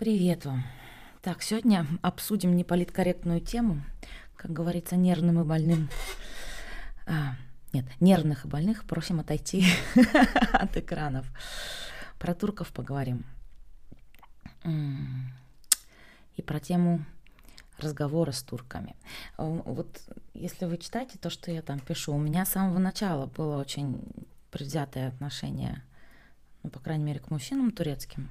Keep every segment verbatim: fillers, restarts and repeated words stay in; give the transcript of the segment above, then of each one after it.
Привет вам. Так, сегодня обсудим неполиткорректную тему, как говорится, нервным и больным. А, нет, нервных и больных просим отойти от экранов. Про турков поговорим. И про тему разговора с турками. Вот если вы читаете то, что я там пишу, у меня с самого начала было очень предвзятое отношение, ну, по крайней мере, к мужчинам турецким.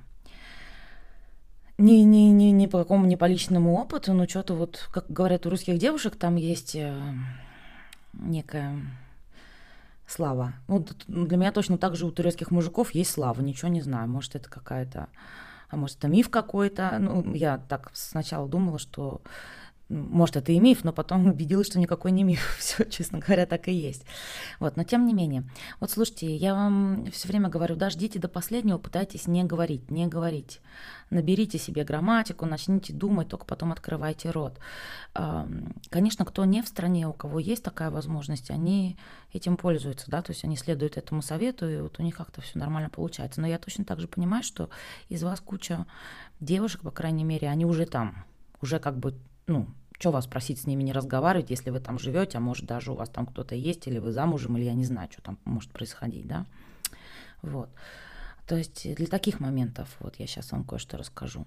Не, не, не, не по какому, не по личному опыту, но что-то вот, как говорят у русских девушек, там есть э, некая слава. Вот для меня точно так же у турецких мужиков есть слава, ничего не знаю. Может, это какая-то, а может, это миф какой-то. Ну, я так сначала думала, что может, это и миф, но потом убедилась, что никакой не миф. Все, честно говоря, так и есть. Вот, но тем не менее. Вот слушайте, я вам все время говорю, дождите до последнего, пытайтесь не говорить, не говорить. Наберите себе грамматику, начните думать, только потом открывайте рот. Конечно, кто не в стране, у кого есть такая возможность, они этим пользуются, да, то есть они следуют этому совету, и вот у них как-то все нормально получается. Но я точно так же понимаю, что из вас куча девушек, по крайней мере, они уже там, уже как бы, ну, что вас просить с ними не разговаривать, если вы там живете, а может даже у вас там кто-то есть, или вы замужем, или я не знаю, что там может происходить, да. Вот. То есть для таких моментов, вот я сейчас вам кое-что расскажу.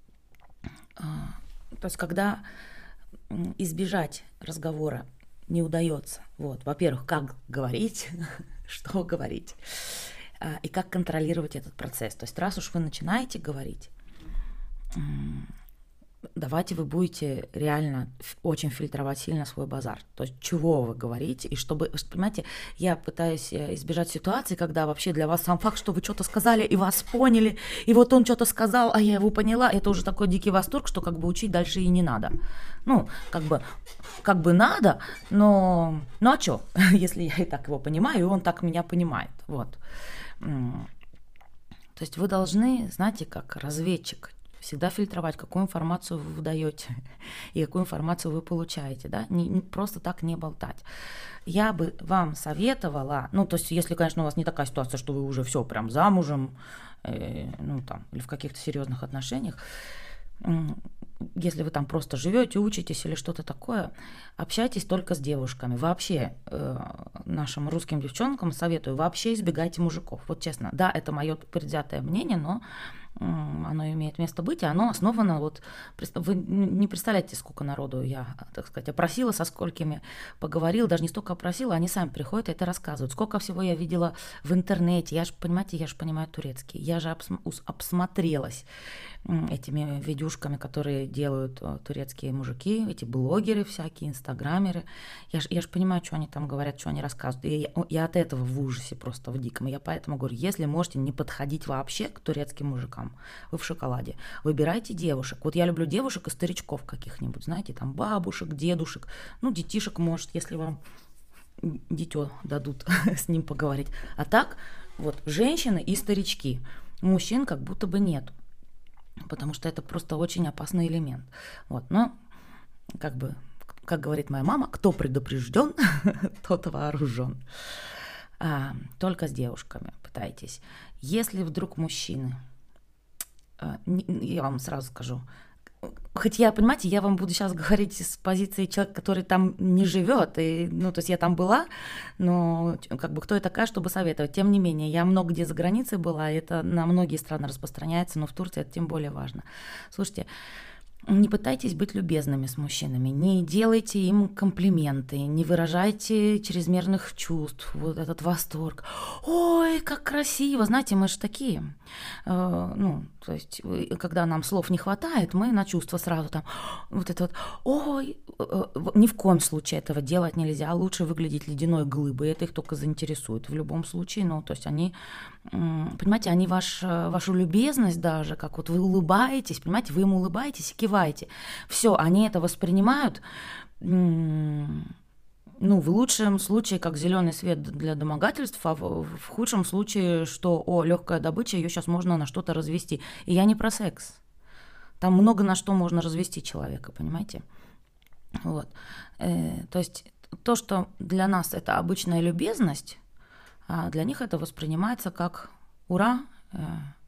То есть когда избежать разговора не удается, вот, во-первых, как говорить, что говорить, и как контролировать этот процесс. То есть раз уж вы начинаете говорить, давайте вы будете реально очень фильтровать сильно свой базар. То есть чего вы говорите, и чтобы, понимаете, я пытаюсь избежать ситуации, когда вообще для вас сам факт, что вы что-то сказали, и вас поняли, и вот он что-то сказал, а я его поняла, это уже такой дикий восторг, что как бы учить дальше и не надо. Ну, как бы, как бы надо, но, ну а что, если я и так его понимаю, и он так меня понимает, вот. То есть вы должны, знаете, как разведчик, всегда фильтровать, какую информацию вы выдаете и какую информацию вы получаете, да, не, не, просто так не болтать. Я бы вам советовала, ну, то есть, если, конечно, у вас не такая ситуация, что вы уже все прям замужем, э, ну, там, или в каких-то серьезных отношениях, э, если вы там просто живете, учитесь или что-то такое, общайтесь только с девушками. Вообще э, нашим русским девчонкам советую, вообще избегайте мужиков. Вот честно, да, это мое предвзятое мнение, но оно имеет место быть, и оно основано, вот, вы не представляете, сколько народу я, так сказать, опросила, со сколькими поговорила, даже не столько опросила, они сами приходят и это рассказывают. Сколько всего я видела в интернете, я же, понимаете, я же понимаю турецкий, я же обсмотрелась этими видюшками, которые делают турецкие мужики, эти блогеры всякие, инстаграмеры. Я же я ж понимаю, что они там говорят, что они рассказывают. И я, я от этого в ужасе просто, в диком. И я поэтому говорю, если можете не подходить вообще к турецким мужикам, вы в шоколаде. Выбирайте девушек. Вот я люблю девушек и старичков каких-нибудь, знаете, там бабушек, дедушек, ну, детишек, может, если вам дитё дадут с ним поговорить. А так, вот, женщины и старички. Мужчин как будто бы нет. Потому что это просто очень опасный элемент. Вот, но, как бы, как говорит моя мама, кто предупрежден, тот вооружен. А, только с девушками пытайтесь. Если вдруг мужчины, а, не, я вам сразу скажу, хоть я, понимаете, я вам буду сейчас говорить с позиции человека, который там не живет, и, ну, то есть я там была, но как бы кто я такая, чтобы советовать. Тем не менее, я много где за границей была, и это на многие страны распространяется, но в Турции это тем более важно. Слушайте, не пытайтесь быть любезными с мужчинами, не делайте им комплименты, не выражайте чрезмерных чувств, вот этот восторг. Ой, как красиво! Знаете, мы же такие. Э, ну, то есть, когда нам слов не хватает, мы на чувства сразу там, вот это вот, ой, э, ни в коем случае этого делать нельзя, лучше выглядеть ледяной глыбой, это их только заинтересует в любом случае, ну, то есть они, понимаете, они ваш, вашу любезность даже, как вот вы улыбаетесь, понимаете, вы им улыбаетесь и киваете, все, они это воспринимают, ну, в лучшем случае, как зеленый свет для домогательств, а в, в худшем случае, что, о, легкая добыча, ее сейчас можно на что-то развести. И я не про секс. Там много на что можно развести человека, понимаете? Вот. Э, то есть то, что для нас это обычная любезность, а для них это воспринимается как ура, э,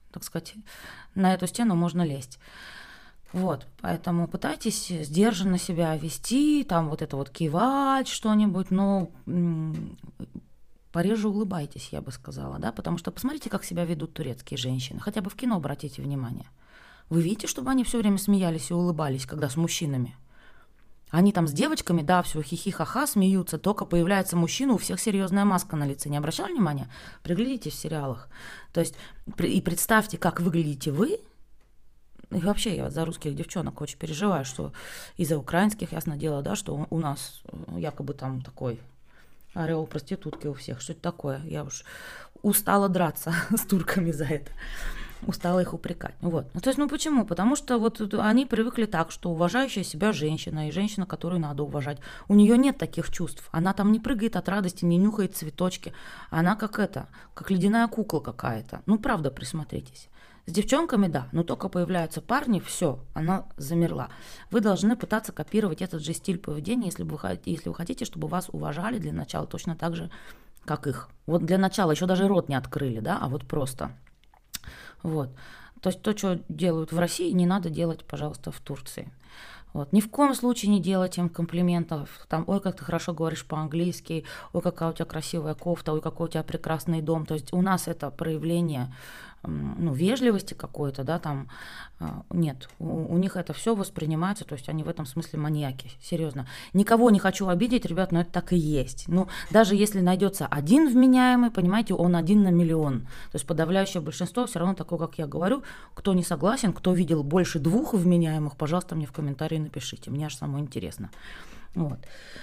так сказать, на эту стену можно лезть. Вот, поэтому пытайтесь сдержанно себя вести, там вот это вот кивать что-нибудь, но пореже улыбайтесь, я бы сказала, да, потому что посмотрите, как себя ведут турецкие женщины, хотя бы в кино обратите внимание. Вы видите, чтобы они все время смеялись и улыбались, когда с мужчинами? Они там с девочками, да, все хихи-ха-ха, смеются, только появляется мужчина, у всех серьезная маска на лице. Не обращали внимания? Приглядитесь в сериалах. То есть и представьте, как выглядите вы. И вообще я за русских девчонок очень переживаю, что из-за украинских, ясно дело, да, что у нас якобы там такой ореол проститутки у всех. Что это такое? Я уж устала драться с турками за это. Устала их упрекать. Вот. Ну, то есть, ну почему? Потому что вот они привыкли так, что уважающая себя женщина и женщина, которую надо уважать, у нее нет таких чувств. Она там не прыгает от радости, не нюхает цветочки. Она как это, как ледяная кукла какая-то. Ну, правда, присмотритесь. С девчонками, да, но только появляются парни, все, она замерла. Вы должны пытаться копировать этот же стиль поведения, если вы, если вы хотите, чтобы вас уважали для начала точно так же, как их. Вот для начала еще даже рот не открыли, да, а вот просто. Вот. То есть то, что делают в России, не надо делать, пожалуйста, в Турции. Вот. Ни в коем случае не делать им комплиментов. Там, ой, как ты хорошо говоришь по-английски, ой, какая у тебя красивая кофта, ой, какой у тебя прекрасный дом. То есть у нас это проявление ну, вежливости какой-то, да, там нет. У, у них это все воспринимается, то есть они в этом смысле маньяки, серьезно. Никого не хочу обидеть, ребят, но это так и есть. Ну, даже если найдется один вменяемый, понимаете, он один на миллион. То есть подавляющее большинство все равно такое, как я говорю. Кто не согласен, кто видел больше двух вменяемых, пожалуйста, мне в комментарии напишите. Мне аж самое интересно. Вот.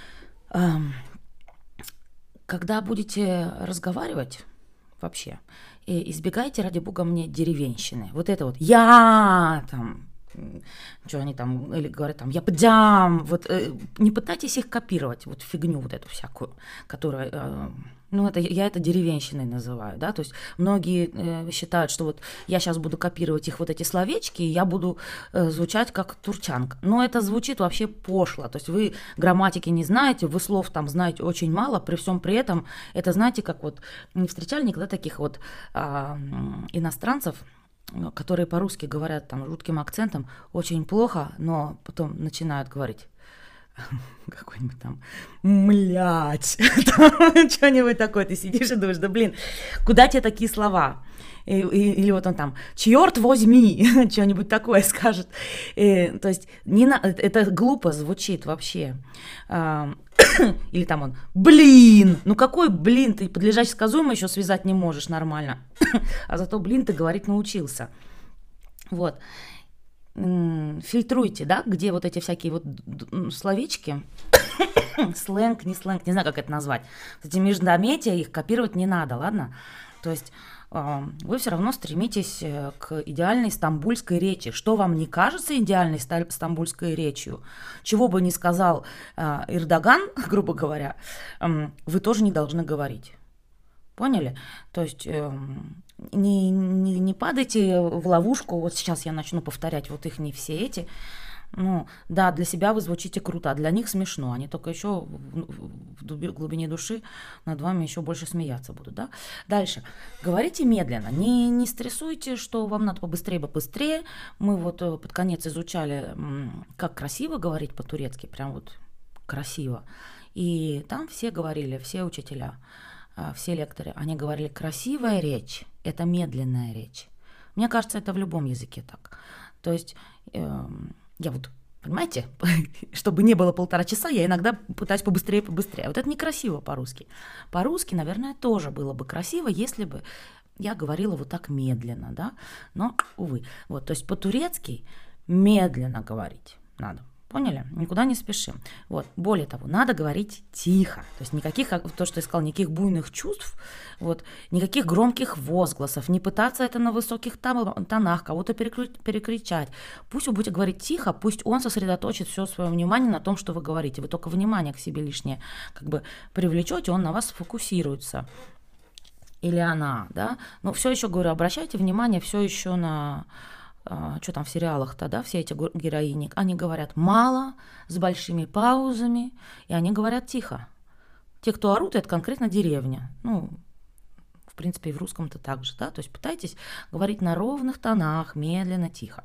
Когда будете разговаривать вообще, и избегайте, ради бога, мне деревенщины. Вот это вот я там, что они там, или говорят там, я подям, вот э, не пытайтесь их копировать, вот фигню вот эту всякую, которая, э, ну это я это деревенщиной называю, да, то есть многие э, считают, что вот я сейчас буду копировать их вот эти словечки, и я буду э, звучать как турчанка, но это звучит вообще пошло, то есть вы грамматики не знаете, вы слов там знаете очень мало, при всем при этом это, знаете, как вот не встречали никогда таких вот э, иностранцев, которые по-русски говорят там жутким акцентом, очень плохо, но потом начинают говорить какой-нибудь там, млять, что-нибудь такое, ты сидишь и думаешь, да блин, куда тебе такие слова? И, и, или вот он там, черт возьми, что-нибудь такое скажет. И, то есть не на, это глупо звучит вообще. Или там он, блин, ну какой блин, ты подлежащее сказуемое еще связать не можешь нормально, а зато блин ты говорить научился. Вот. Фильтруйте, да, где вот эти всякие вот словечки, сленг, не сленг, не знаю, как это назвать. Эти междометия, их копировать не надо, ладно? То есть вы все равно стремитесь к идеальной стамбульской речи. Что вам не кажется идеальной стамбульской речью? Чего бы ни сказал Эрдоган, грубо говоря, вы тоже не должны говорить. Поняли? То есть не, не, не падайте в ловушку. Вот сейчас я начну повторять вот их не все эти. Ну, да, для себя вы звучите круто, а для них смешно. Они только еще в, в глубине души над вами еще больше смеяться будут, да? Дальше. Говорите медленно. Не, не стрессуйте, что вам надо побыстрее, побыстрее. Мы вот под конец изучали, как красиво говорить по-турецки, прям вот красиво. И там все говорили, все учителя, все лекторы, они говорили, красивая речь – это медленная речь. Мне кажется, это в любом языке так. То есть э, я вот, понимаете, чтобы не было полтора часа, я иногда пытаюсь побыстрее, побыстрее. Вот это некрасиво по-русски. По-русски, наверное, тоже было бы красиво, если бы я говорила вот так медленно, да, но, увы. Вот, то есть по-турецки медленно говорить надо. Поняли? Никуда не спешим. Вот. Более того, надо говорить тихо. То есть никаких, то, что я сказала, никаких буйных чувств, вот, никаких громких возгласов, не пытаться это на высоких тонах, кого-то перекричать. Пусть вы будете говорить тихо, пусть он сосредоточит все свое внимание на том, что вы говорите. Вы только внимание к себе лишнее как бы привлечете, он на вас сфокусируется. Или она, да. Но все еще, говорю, обращайте внимание все еще на... что там в сериалах-то, да, все эти героини, они говорят мало, с большими паузами, и они говорят тихо. Те, кто орут, это конкретно деревня. Ну, принципе, и в русском-то так же, да, то есть пытайтесь говорить на ровных тонах, медленно, тихо.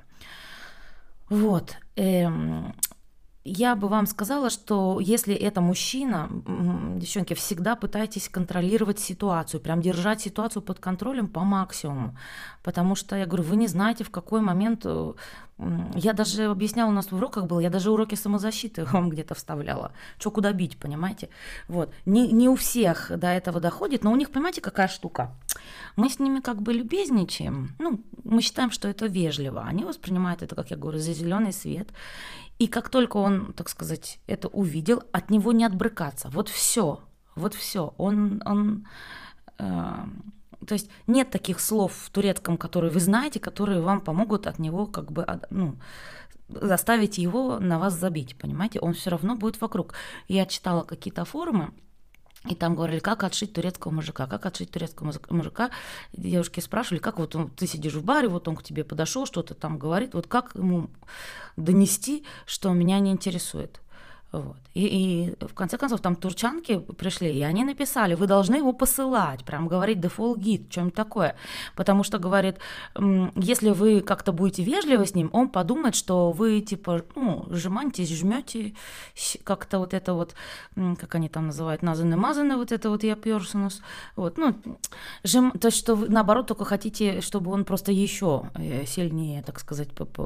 Вот. Эм, я бы вам сказала, что если это мужчина, девчонки, всегда пытайтесь контролировать ситуацию, прям держать ситуацию под контролем по максимуму. Потому что, я говорю, вы не знаете, в какой момент... Я даже объясняла, у нас в уроках было, я даже уроки самозащиты вам где-то вставляла. Что куда бить, понимаете? Вот. Не, не у всех до этого доходит, но у них, понимаете, какая штука? Мы с ними как бы любезничаем, ну, мы считаем, что это вежливо. Они воспринимают это, как я говорю, за зеленый свет. И как только он, так сказать, это увидел, от него не отбрыкаться. Вот все, вот все. Он, он, э, то есть нет таких слов в турецком, которые вы знаете, которые вам помогут от него как бы, ну, заставить его на вас забить, понимаете? Он все равно будет вокруг. Я читала какие-то форумы, и там говорили, как отшить турецкого мужика, как отшить турецкого мужика. Девушки спрашивали, как вот он, ты сидишь в баре, вот он к тебе подошел, что-то там говорит, вот как ему донести, что меня не интересует. Вот. И, и в конце концов там турчанки пришли, и они написали, вы должны его посылать, прям говорить default git, что-нибудь такое. Потому что, говорит, если вы как-то будете вежливы с ним, он подумает, что вы типа, ну, жеманьтесь, жмете, как-то вот это вот, как они там называют, назаны-мазаны, вот это вот я персонус. Вот, ну, жем... То есть, что вы, наоборот, только хотите, чтобы он просто еще сильнее, так сказать,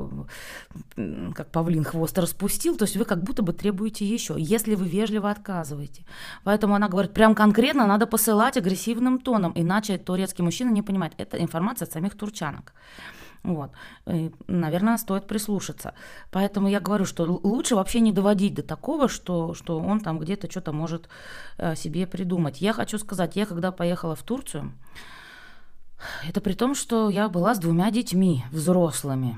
как павлин хвост распустил, то есть вы как будто бы требуете еще, если вы вежливо отказываете. Поэтому она говорит, прям конкретно надо посылать агрессивным тоном, иначе турецкий мужчина не понимает. Это информация от самих турчанок. Вот. И, наверное, стоит прислушаться. Поэтому я говорю, что лучше вообще не доводить до такого, что, что он там где-то что-то может э, себе придумать. Я хочу сказать, я когда поехала в Турцию, это при том, что я была с двумя детьми, взрослыми.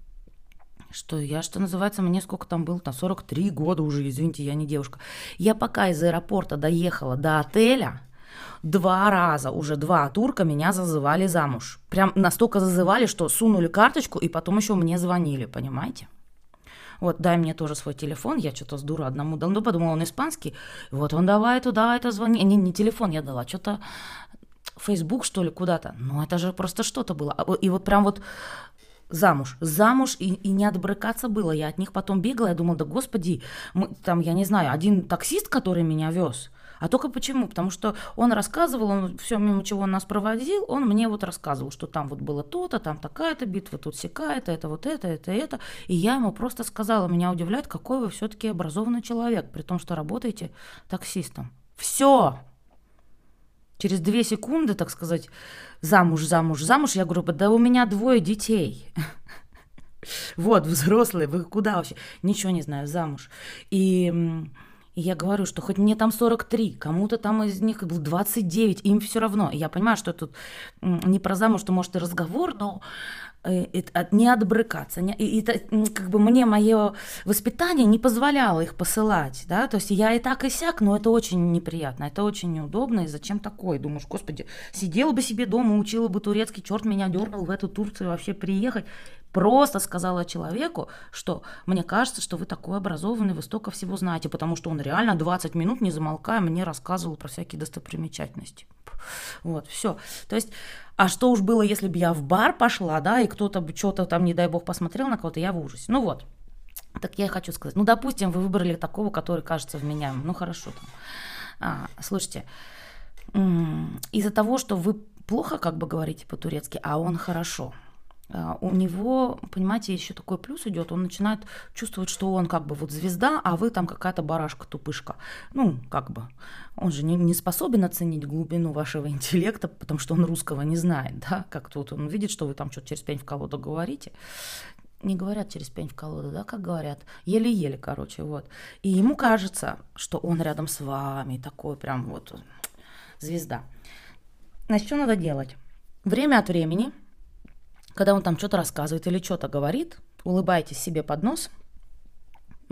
Что я, что называется, мне сколько там было, там сорок три года уже, извините, я не девушка. Я пока из аэропорта доехала до отеля, два раза, уже два турка меня зазывали замуж. Прям настолько зазывали, что сунули карточку, и потом еще мне звонили, понимаете? Вот, дай мне тоже свой телефон, я что-то с дуру одному дал, ну, подумала, он испанский, вот он давай туда, это звони. Не, не телефон я дала, что-то Facebook, что ли, куда-то. Ну, это же просто что-то было. И вот прям вот замуж, замуж, и, и не отбрыкаться было. Я от них потом бегала, я думала, да господи, мы, там, я не знаю, один таксист, который меня вез, а только почему? Потому что он рассказывал, он все, мимо чего он нас проводил, он мне вот рассказывал, что там вот было то-то, там такая-то битва, тут сякая-то, это вот это, это, это. И я ему просто сказала, меня удивляет, какой вы все-таки образованный человек, при том, что работаете таксистом. Все. Через две секунды, так сказать, замуж, замуж, замуж. Я говорю, да у меня двое детей. Вот, взрослые, вы куда вообще? Ничего не знаю, замуж. И я говорю, что хоть мне там сорок три, кому-то там из них был двадцать девять, им все равно. Я понимаю, что тут не про замуж, что может и разговор, но не отбрыкаться. И это, как бы мне мое воспитание не позволяло их посылать, да, то есть я и так и сяк, но это очень неприятно, это очень неудобно, и зачем такое? Думаешь, господи, сидела бы себе дома, учила бы турецкий, черт меня дернул в эту Турцию вообще приехать. Просто сказала человеку, что мне кажется, что вы такой образованный, вы столько всего знаете, потому что он реально двадцать минут, не замолкая, мне рассказывал про всякие достопримечательности. Вот, все. То есть, а что уж было, если бы я в бар пошла, да, и кто-то бы что-то там, не дай бог, посмотрел на кого-то, я в ужасе. Ну вот, так я хочу сказать. Ну, допустим, вы выбрали такого, который кажется вменяемым. Ну, хорошо там. А, слушайте, из-за того, что вы плохо как бы говорите по-турецки, а он хорошо, у него, понимаете, еще такой плюс идет, он начинает чувствовать, что он как бы вот звезда, а вы там какая-то барашка-тупышка. Ну, как бы, он же не, не способен оценить глубину вашего интеллекта, потому что он русского не знает, да, как тут он видит, что вы там что-то через пень в колоду говорите. Не говорят через пень в колоду, да, как говорят, еле-еле, короче, вот. И ему кажется, что он рядом с вами, такой прям вот звезда. Значит, что надо делать? Время от времени, когда он там что-то рассказывает или что-то говорит, улыбайтесь себе под нос,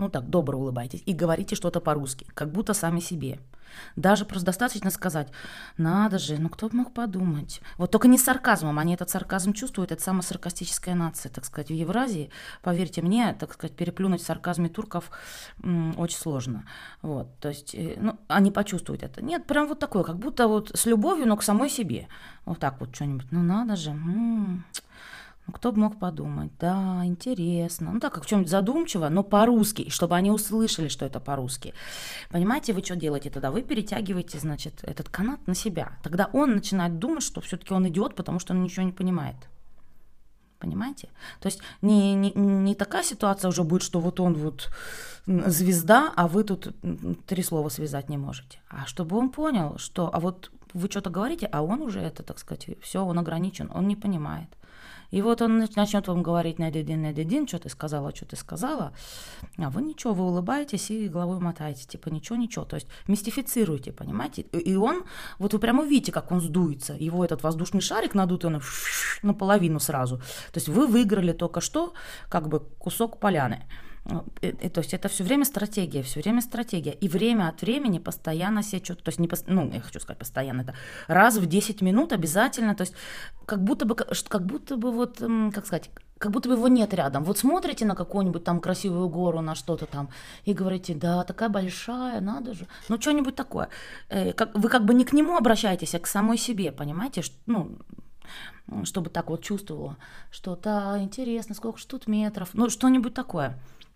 ну так, добро улыбайтесь, и говорите что-то по-русски, как будто сами себе. Даже просто достаточно сказать, надо же, ну кто бы мог подумать. Вот только не с сарказмом, они этот сарказм чувствуют, это самая саркастическая нация, так сказать, в Евразии. Поверьте мне, так сказать, переплюнуть в сарказме турков м, очень сложно. Вот, то есть, э, ну, они почувствуют это. Нет, прям вот такое, как будто вот с любовью, но к самой себе. Вот так вот что-нибудь, ну надо же, м-м. Ну, кто бы мог подумать, да, интересно. Ну, так как в чем-нибудь задумчиво, но по-русски, чтобы они услышали, что это по-русски. Понимаете, вы что делаете тогда? Вы перетягиваете, значит, этот канат на себя. Тогда он начинает думать, что все-таки он идиот, потому что он ничего не понимает. Понимаете? То есть не, не, не такая ситуация уже будет, что вот он вот звезда, а вы тут три слова связать не можете. А чтобы он понял, что, а вот вы что-то говорите, а он уже это, так сказать, все, он ограничен, он не понимает. И вот он начнет вам говорить на один, на один, что ты сказала, что ты сказала, а вы ничего, вы улыбаетесь и головой мотаете, типа ничего, ничего, то есть мистифицируете, понимаете? И он, вот вы прямо увидите, как он сдуется, его этот воздушный шарик надут, он наполовину сразу, то есть вы выиграли только что как бы кусок поляны. То есть это все время стратегия, все время стратегия. И время от времени постоянно себе что-то, то есть не, ну, я хочу сказать постоянно, это раз в десять минут обязательно, то есть как будто бы, как будто бы вот, как сказать, как будто бы его нет рядом. Вот смотрите на какую-нибудь там красивую гору, на что-то там, и говорите, да, такая большая, надо же. Ну, что-нибудь такое. Вы как бы не к нему обращаетесь, а к самой себе, понимаете? Ну, чтобы так вот чувствовала, что да, интересно, сколько ж тут метров, ну, что-нибудь такое.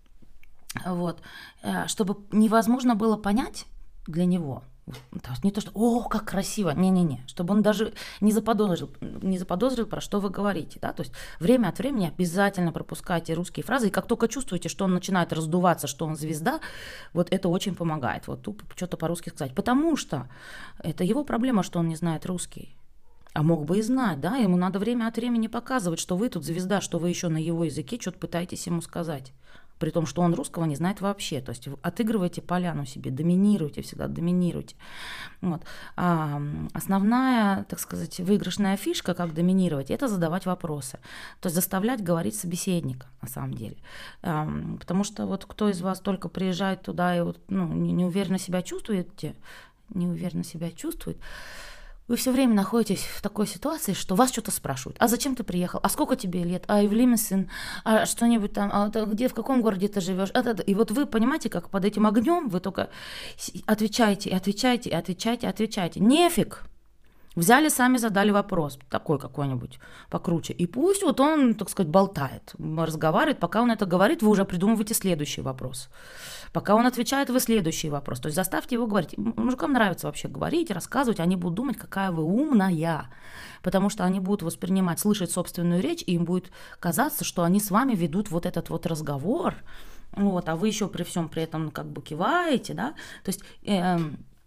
Вот, чтобы невозможно было понять для него, не то, что «О, как красиво!» Не-не-не, чтобы он даже не заподозрил, не заподозрил, про что вы говорите. Да? То есть время от времени обязательно пропускайте русские фразы, и как только чувствуете, что он начинает раздуваться, что он звезда, вот это очень помогает. Вот тупо что-то по-русски сказать. Потому что это его проблема, что он не знает русский. А мог бы и знать, да, ему надо время от времени показывать, что вы тут звезда, что вы еще на его языке что-то пытаетесь ему сказать. При том, что он русского не знает вообще. То есть отыгрывайте поляну себе, доминируйте всегда, доминируйте. Вот. А основная, так сказать, выигрышная фишка, как доминировать, это задавать вопросы. То есть заставлять говорить собеседника, на самом деле. А, потому что вот кто из вас только приезжает туда и вот, ну, неуверенно себя чувствуете, неуверенно себя чувствует, вы все время находитесь в такой ситуации, что вас что-то спрашивают. А зачем ты приехал? А сколько тебе лет? А Евлимесин? А что-нибудь там? А где, в каком городе ты живешь? И вот вы понимаете, как под этим огнем вы только отвечаете, отвечаете, отвечаете, отвечаете. Нефиг! Взяли, сами задали вопрос, такой какой-нибудь покруче. И пусть вот он, так сказать, болтает, разговаривает. Пока он это говорит, вы уже придумываете следующий вопрос. Пока он отвечает, вы следующий вопрос. То есть заставьте его говорить. Мужикам нравится вообще говорить, рассказывать. Они будут думать, какая вы умная. Потому что они будут воспринимать, слышать собственную речь, и им будет казаться, что они с вами ведут вот этот вот разговор. Вот, а вы еще при всем при этом как бы киваете, да. То есть... Э-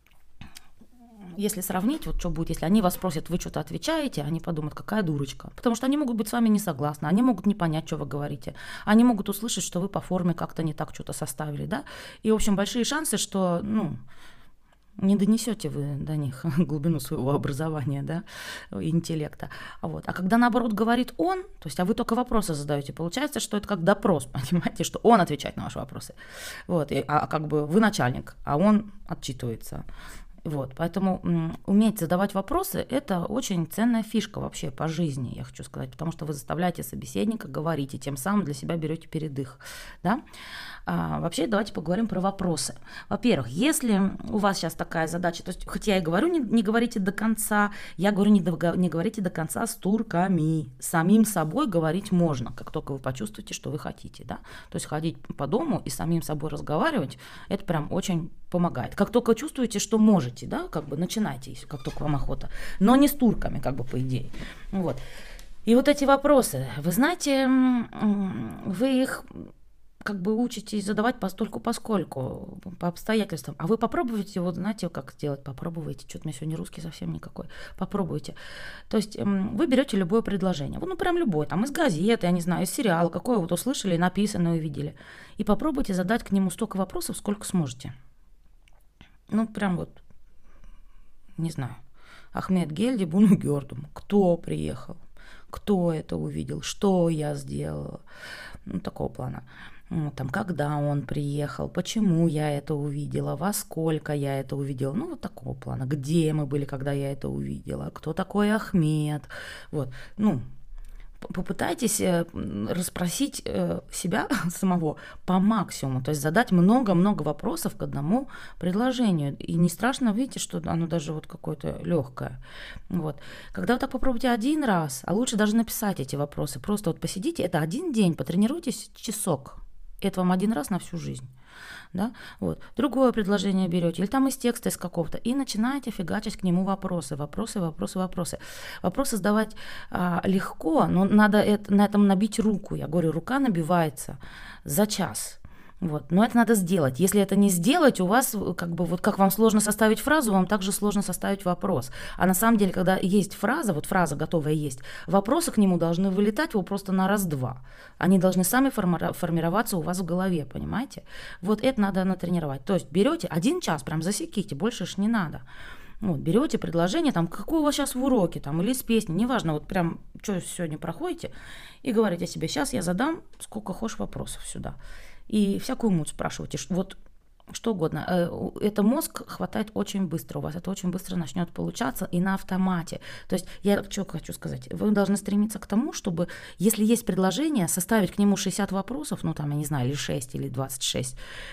Если сравнить, вот что будет, если они вас спросят, вы что-то отвечаете, они подумают, какая дурочка. Потому что они могут быть с вами не согласны, они могут не понять, что вы говорите. Они могут услышать, что вы по форме как-то не так что-то составили, да. И, в общем, большие шансы, что, ну, не донесете вы до них глубину своего образования, да, интеллекта. Вот. А когда, наоборот, говорит он, то есть, а вы только вопросы задаете, получается, что это как допрос, понимаете, что он отвечает на ваши вопросы. Вот. И, а как бы вы начальник, а он отчитывается. Вот, поэтому м, уметь задавать вопросы – это очень ценная фишка вообще по жизни, я хочу сказать, потому что вы заставляете собеседника говорить, и тем самым для себя берете передых. Да? А, вообще, давайте поговорим про вопросы. Во-первых, если у вас сейчас такая задача, то есть, хоть я и говорю, не, не говорите до конца, я говорю, не, до, не говорите до конца с турками. Самим собой говорить можно, как только вы почувствуете, что вы хотите. Да? То есть ходить по дому и самим собой разговаривать – это прям очень помогает. Как только чувствуете, что можете, да, как бы начинайте, как только вам охота, но не с турками, как бы по идее. Вот. И вот эти вопросы, вы знаете, вы их как бы учитесь задавать постольку поскольку, по обстоятельствам. А вы попробуйте, вот знаете, как сделать, попробуйте, что-то у меня сегодня русский совсем никакой, попробуйте. То есть вы берете любое предложение, вот, ну прям любое, там из газеты, я не знаю, из сериала, какое вот услышали, написано, увидели, и попробуйте задать к нему столько вопросов, сколько сможете. Ну, прям вот, не знаю, Ахмед Гельди Буну Гёрдум. Кто приехал? Кто это увидел? Что я сделала? Ну, такого плана. ну, там, когда он приехал, почему я это увидела, во сколько я это увидела, ну, вот такого плана, где мы были, когда я это увидела, кто такой Ахмед, вот, ну, попытайтесь расспросить себя самого по максимуму, то есть задать много-много вопросов к одному предложению. И не страшно, видите, что оно даже вот какое-то легкое. Вот. Когда вы так попробуйте один раз, а лучше даже написать эти вопросы, просто вот посидите, это один день, потренируйтесь часок. Это вам один раз на всю жизнь. Да? Вот. Другое предложение берете, или там из текста из какого-то, и начинаете фигачить к нему вопросы, вопросы, вопросы, вопросы. Вопросы задавать а, легко, но надо это, на этом набить руку. Я говорю, рука набивается за час. Вот. Но это надо сделать. Если это не сделать, у вас, как бы, вот как вам сложно составить фразу, вам также сложно составить вопрос. А на самом деле, когда есть фраза, вот фраза готовая есть, вопросы к нему должны вылетать его просто на раз-два. Они должны сами форми- формироваться у вас в голове, понимаете? Вот это надо натренировать. То есть берете один час, прям засеките, больше ж не надо. Вот, берете предложение, там, какое у вас сейчас в уроке, там, или из песни, неважно, вот прям, что сегодня проходите, и говорите себе, сейчас я задам сколько хочешь вопросов сюда. И всякую муть спрашивайте, вот что угодно. Это мозг хватает очень быстро, у вас это очень быстро начнет получаться и на автомате. То есть я что хочу сказать, вы должны стремиться к тому, чтобы, если есть предложение, составить к нему шестьдесят вопросов, ну там, я не знаю, или шесть, или двадцать шесть,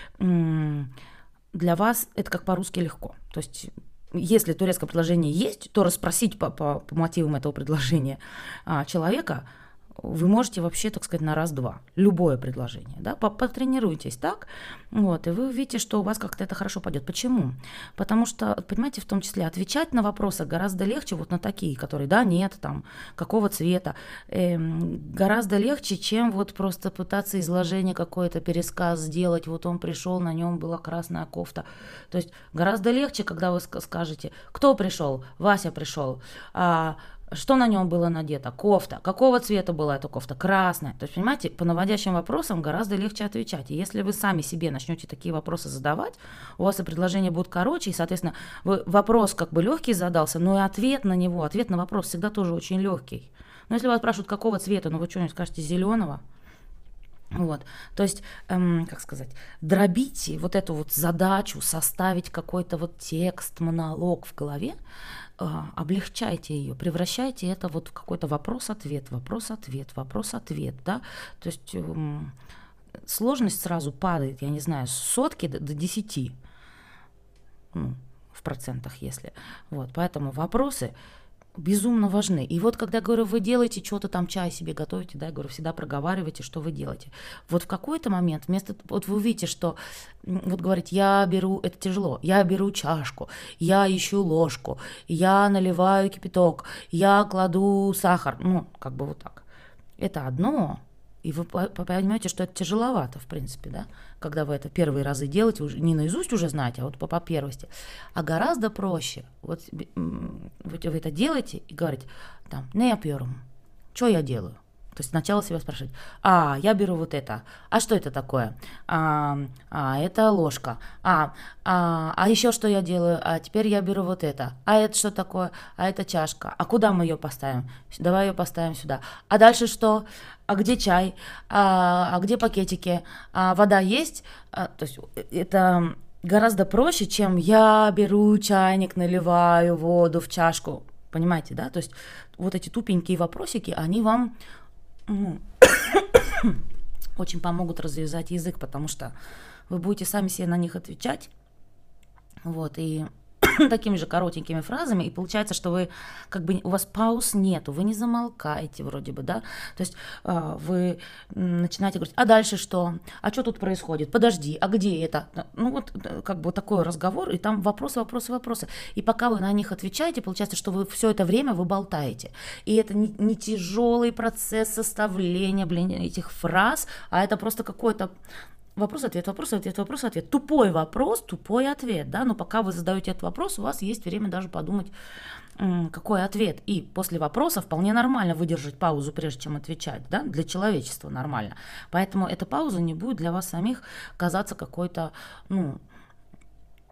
для вас это как по-русски легко. То есть если турецкое предложение есть, то расспросить по, по, по мотивам этого предложения а, человека вы можете вообще, так сказать, на раз-два. Любое предложение. Да? Потренируйтесь так, вот, и вы увидите, что у вас как-то это хорошо пойдет. Почему? Потому что, понимаете, в том числе отвечать на вопросы гораздо легче, вот на такие, которые да, нет, там, какого цвета, эм, гораздо легче, чем вот просто пытаться изложение какое-то, пересказ сделать, вот он пришел, на нем была красная кофта. То есть гораздо легче, когда вы скажете, кто пришел? Вася пришел. А, что на нем было надето? Кофта. Какого цвета была эта кофта? Красная. То есть, понимаете, по наводящим вопросам гораздо легче отвечать. И если вы сами себе начнете такие вопросы задавать, у вас и предложения будут короче, и, соответственно, вы, вопрос как бы легкий задался, но и ответ на него, ответ на вопрос всегда тоже очень легкий. Но если вас спрашивают, какого цвета, ну вы что-нибудь скажете, зеленого. Вот, то есть, эм, как сказать, дробите вот эту вот задачу, составить какой-то вот текст, монолог в голове, э, облегчайте ее, превращайте это вот в какой-то вопрос-ответ, вопрос-ответ, вопрос-ответ, да, то есть эм, сложность сразу падает, я не знаю, с сотки до, до десяти, ну, в процентах, если, вот, поэтому вопросы безумно важны. И вот когда, говорю, вы делаете что-то там, чай себе готовите, да, я говорю, всегда проговаривайте, что вы делаете. Вот в какой-то момент, вместо, вот вы увидите, что, вот говорите, я беру, это тяжело, я беру чашку, я ищу ложку, я наливаю кипяток, я кладу сахар, ну, как бы вот так. Это одно, и вы поймете, что это тяжеловато, в принципе, да, когда вы это первые разы делаете, уже не наизусть уже знаете, а вот по, по первости, а гораздо проще. Вот вы это делаете и говорите, там, не yapıyorum, что я делаю? То есть сначала себя спрашивать, а, я беру вот это, а что это такое? А, а это ложка, а, а, а еще что я делаю? А теперь я беру вот это, а это что такое? А это чашка, а куда мы ее поставим? Давай ее поставим сюда. А дальше что? А где чай? А, а где пакетики? А вода есть? А, то есть это гораздо проще, чем я беру чайник, наливаю воду в чашку. Понимаете, да? То есть вот эти тупенькие вопросики, они вам ну, очень помогут развязать язык, потому что вы будете сами себе на них отвечать, вот, и такими же коротенькими фразами, и получается, что вы, как бы, у вас пауз нету, вы не замолкаете вроде бы, да, то есть э, вы начинаете говорить, а дальше что, а что тут происходит, подожди, а где это, ну вот, как бы, такой разговор, и там вопросы, вопросы, вопросы, и пока вы на них отвечаете, получается, что вы все это время вы болтаете, и это не, не тяжелый процесс составления, блин, этих фраз, а это просто какой-то вопрос-ответ, вопрос-ответ, вопрос-ответ. Тупой вопрос, тупой ответ, да, но пока вы задаете этот вопрос, у вас есть время даже подумать, какой ответ. И после вопроса вполне нормально выдержать паузу, прежде чем отвечать, да, для человечества нормально. Поэтому эта пауза не будет для вас самих казаться какой-то, ну,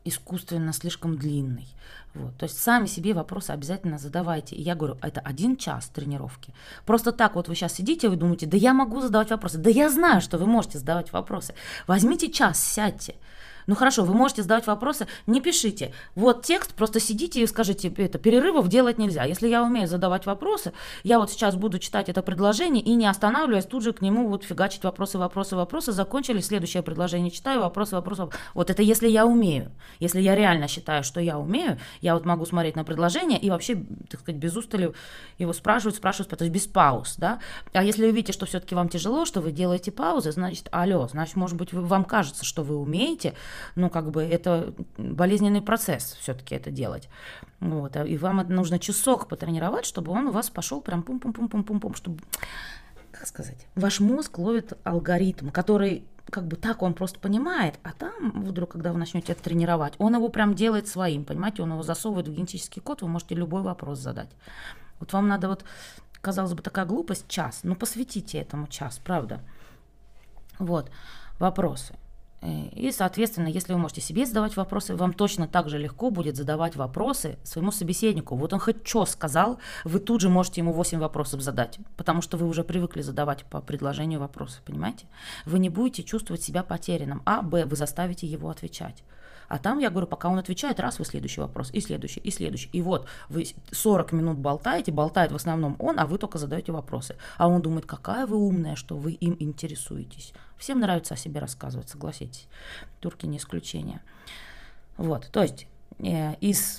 искусственно слишком длинный. Вот. То есть сами себе вопросы обязательно задавайте. И я говорю, это один час тренировки. Просто так вот вы сейчас сидите, вы думаете, да я могу задавать вопросы. Да я знаю, что вы можете задавать вопросы. Возьмите час, сядьте. Ну хорошо, вы можете задавать вопросы, не пишите. Вот текст, просто сидите и скажите, это перерывов делать нельзя. Если я умею задавать вопросы, я вот сейчас буду читать это предложение и не останавливаясь, тут же к нему вот фигачить вопросы, вопросы, вопросы. Закончили, следующее предложение читаю, вопросы, вопросы, вопросы. Вот это если я умею. Если я реально считаю, что я умею, я вот могу смотреть на предложение и вообще, так сказать, без устали его спрашивать, спрашивать, то есть без пауз, да. А если вы видите, что все-таки вам тяжело, что вы делаете паузы, значит, алло, значит, может быть, вы, вам кажется, что вы умеете, ну, как бы это болезненный процесс все-таки это делать. Вот. И вам нужно часок потренировать, чтобы он у вас пошел прям пум-пум-пум-пум-пум-пум, чтобы, как сказать, ваш мозг ловит алгоритм, который как бы так он просто понимает, а там вдруг, когда вы начнете это тренировать, он его прям делает своим, понимаете, он его засовывает в генетический код, вы можете любой вопрос задать. Вот вам надо вот, казалось бы, такая глупость, час, но посвятите этому час, правда. Вот, вопросы. И, соответственно, если вы можете себе задавать вопросы, вам точно так же легко будет задавать вопросы своему собеседнику. Вот он хоть что сказал, вы тут же можете ему восемь вопросов задать, потому что вы уже привыкли задавать по предложению вопросы, понимаете? Вы не будете чувствовать себя потерянным. А, Б, вы заставите его отвечать. А там, я говорю, пока он отвечает, раз, вы следующий вопрос, и следующий, и следующий. И вот вы сорок минут болтаете, болтает в основном он, а вы только задаете вопросы. А он думает, какая вы умная, что вы им интересуетесь. Всем нравится о себе рассказывать, согласитесь. Турки не исключение. Вот, то есть э, из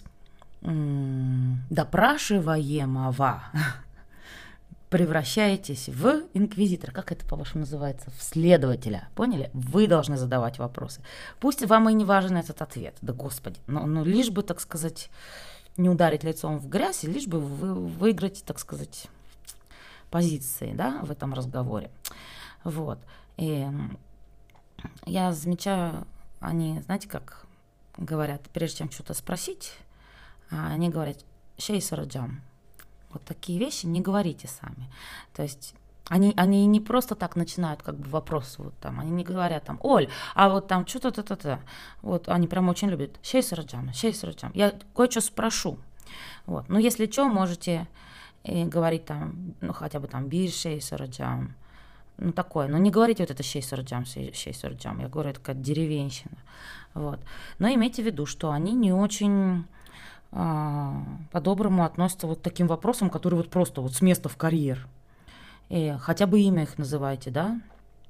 м- допрашиваемого превращаетесь в инквизитора. Как это, по-вашему, называется? В следователя. Поняли? Вы должны задавать вопросы. Пусть вам и не важен этот ответ. Да господи. Но, но лишь бы, так сказать, не ударить лицом в грязь, и лишь бы вы выиграть, так сказать, позиции, да, в этом разговоре. Вот. И я замечаю, они, знаете, как говорят, прежде чем что-то спросить, они говорят «шей сараджам». Вот такие вещи не говорите сами. То есть они, они не просто так начинают как бы вопрос, вот там, они не говорят там, Оль, а вот там что-то, то-то-то. Вот они прям очень любят. Шей сараджам, шей сараджам. Я кое-что спрошу. Вот. Ну, если что, можете э, говорить там, ну, хотя бы там, бир шей сараджам. Ну, такое. Но не говорите вот это шей сараджам, шей сараджам. Я говорю, это какая-то деревенщина. Вот. Но имейте в виду, что они не очень по-доброму относятся вот к таким вопросам, которые вот просто вот с места в карьер. И хотя бы имя их называйте, да?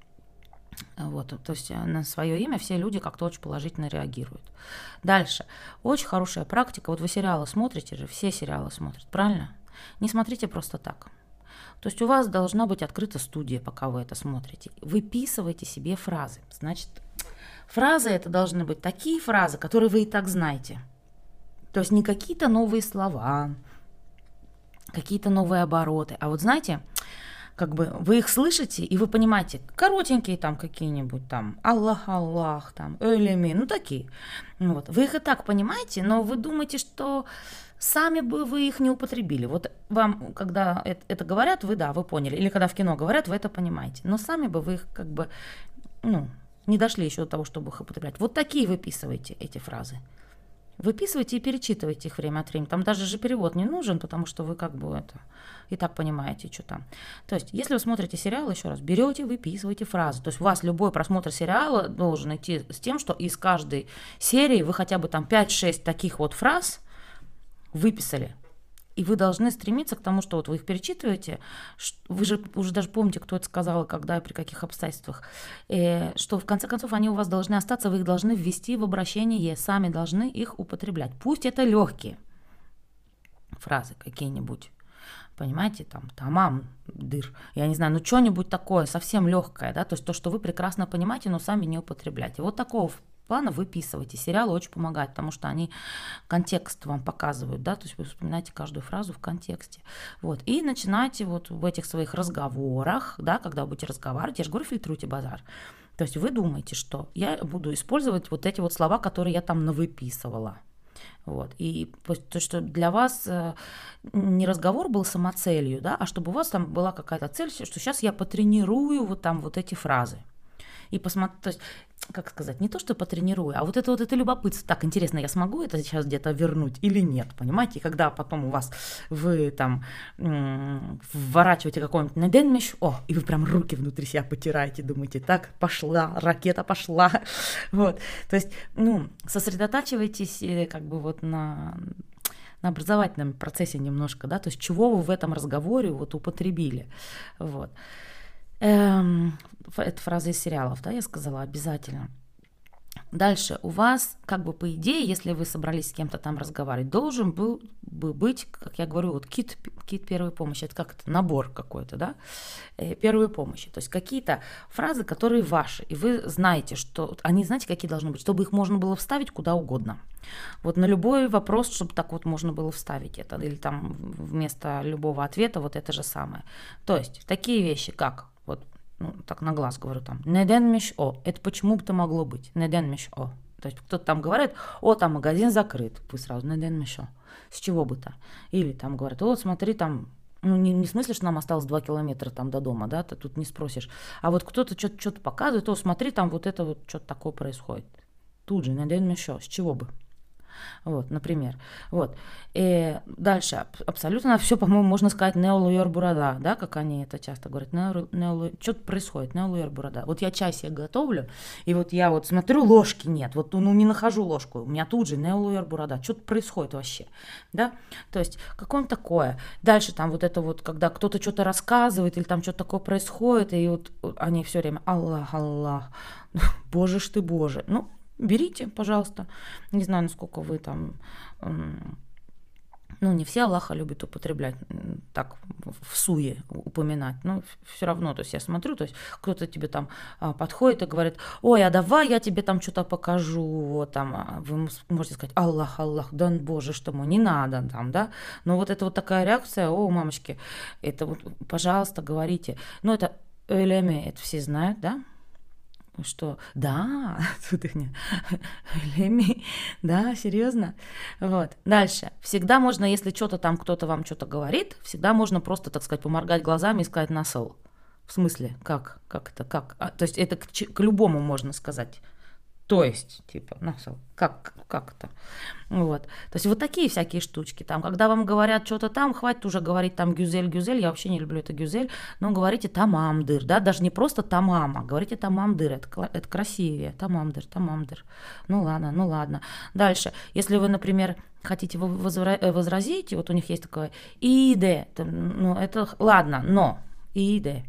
Вот, то есть на свое имя все люди как-то очень положительно реагируют. Дальше. Очень хорошая практика. Вот вы сериалы смотрите же, все сериалы смотрят, правильно? Не смотрите просто так. То есть у вас должна быть открыта студия, пока вы это смотрите. Выписывайте себе фразы. Значит, фразы это должны быть такие фразы, которые вы и так знаете. То есть не какие-то новые слова, какие-то новые обороты. А вот знаете, как бы вы их слышите, и вы понимаете, коротенькие там какие-нибудь там Аллах, Аллах, там, Элеми, ну такие. Вот. Вы их и так понимаете, но вы думаете, что сами бы вы их не употребили. Вот вам, когда это, это говорят, вы, да, вы поняли. Или когда в кино говорят, вы это понимаете. Но сами бы вы их как бы, ну, не дошли еще до того, чтобы их употреблять. Вот такие выписывайте эти фразы. Выписывайте и перечитывайте их время от времени. Там даже же перевод не нужен, потому что вы как бы это и так понимаете, что там. То есть, если вы смотрите сериал, еще раз, берете, выписываете фразы. То есть у вас любой просмотр сериала должен идти с тем, что из каждой серии вы хотя бы там пять-шесть таких вот фраз выписали. И вы должны стремиться к тому, что вот вы их перечитываете, вы же уже даже помните, кто это сказал, когда и при каких обстоятельствах, что в конце концов они у вас должны остаться, вы их должны ввести в обращение, сами должны их употреблять. Пусть это легкие фразы какие-нибудь, понимаете, там, тамам, дыр, я не знаю, ну что-нибудь такое совсем легкое, да, то есть то, что вы прекрасно понимаете, но сами не употребляете. Вот такого плана выписывайте. Сериалы очень помогают, потому что они контекст вам показывают, да, то есть вы вспоминаете каждую фразу в контексте. Вот. И начинайте вот в этих своих разговорах, да, когда вы будете разговаривать, я же говорю, фильтруйте базар. То есть вы думаете, что я буду использовать вот эти вот слова, которые я там навыписывала. Вот. И то, что для вас не разговор был самоцелью, да, а чтобы у вас там была какая-то цель, что сейчас я потренирую вот там вот эти фразы. И посмотри, то есть, как сказать, не то, что потренирую, а вот это вот это любопытство. Так, интересно, я смогу это сейчас где-то вернуть или нет, понимаете? И когда потом у вас, вы там м- вворачиваете какой-нибудь «неденмиш», о, и вы прям руки внутри себя потираете, думаете, так, пошла, ракета пошла. Вот, то есть, ну, сосредотачивайтесь как бы вот на... на образовательном процессе немножко, да, то есть чего вы в этом разговоре вот употребили, вот. Эм, это фраза из сериалов, да, я сказала, обязательно. Дальше у вас, как бы по идее, если вы собрались с кем-то там разговаривать, должен был бы быть, как я говорю, вот кит, кит первой помощи, это как это, набор какой-то, да, э, первой помощи, то есть какие-то фразы, которые ваши, и вы знаете, что, они, знаете, какие должны быть, чтобы их можно было вставить куда угодно. Вот на любой вопрос, чтобы так вот можно было вставить это, или там вместо любого ответа вот это же самое. То есть такие вещи, как, вот, ну, так на глаз говорю там, неденмиш о, это почему бы это могло быть, неденмиш о. То есть кто-то там говорит, о, там магазин закрыт, вы сразу неденмиш о, с чего бы то. Или там говорят, о, смотри, там, ну не, не в смысле, что нам осталось два километра там до дома, да, ты тут не спросишь. А вот кто-то что-то, что-то показывает, о, смотри, там вот это вот что-то такое происходит. Тут же неденмиш о, с чего бы. Вот, например. Вот. И дальше. Абсолютно на все, по-моему, можно сказать неолуер бурада, да, как они это часто говорят. Неолу... Что-то происходит, неолуер бурада. Вот я чай себе готовлю, и вот я вот смотрю, ложки нет, вот ну не нахожу ложку, у меня тут же неолуер бурада. Что-то происходит вообще, да. То есть, какое-то такое. Дальше там вот это вот, когда кто-то что-то рассказывает, или там что-то такое происходит, и вот они все время Аллах, Аллах, Боже ж ты, Боже. Ну, берите, пожалуйста. Не знаю, насколько вы там... Ну, не все Аллаха любят употреблять, так, в суе упоминать. Но все равно, то есть я смотрю, то есть кто-то тебе там подходит и говорит, ой, а давай я тебе там что-то покажу. Вот там, вы можете сказать, Аллах, Аллах, да Боже, что мы, не надо там, да. Но вот это вот такая реакция, о, мамочки, это вот, пожалуйста, говорите. Ну, это элеме, это все знают, да. Что, да, тут их нет, да, серьезно, вот, дальше, всегда можно, если что-то там, кто-то вам что-то говорит, всегда можно просто, так сказать, поморгать глазами и сказать насыл, в смысле, как, как это, как, а, то есть это к, к любому можно сказать, то есть, типа, насыл, как, как это, вот, то есть вот такие всякие штучки, там, когда вам говорят что-то там, хватит уже говорить там гюзель, гюзель, я вообще не люблю это гюзель, но говорите тамамдыр, да, даже не просто тамама, говорите тамамдыр, это, это красивее, тамамдыр, тамамдыр, ну ладно, ну ладно, дальше, если вы, например, хотите возра- возразить, вот у них есть такое иде, ну это, ладно, но, иде,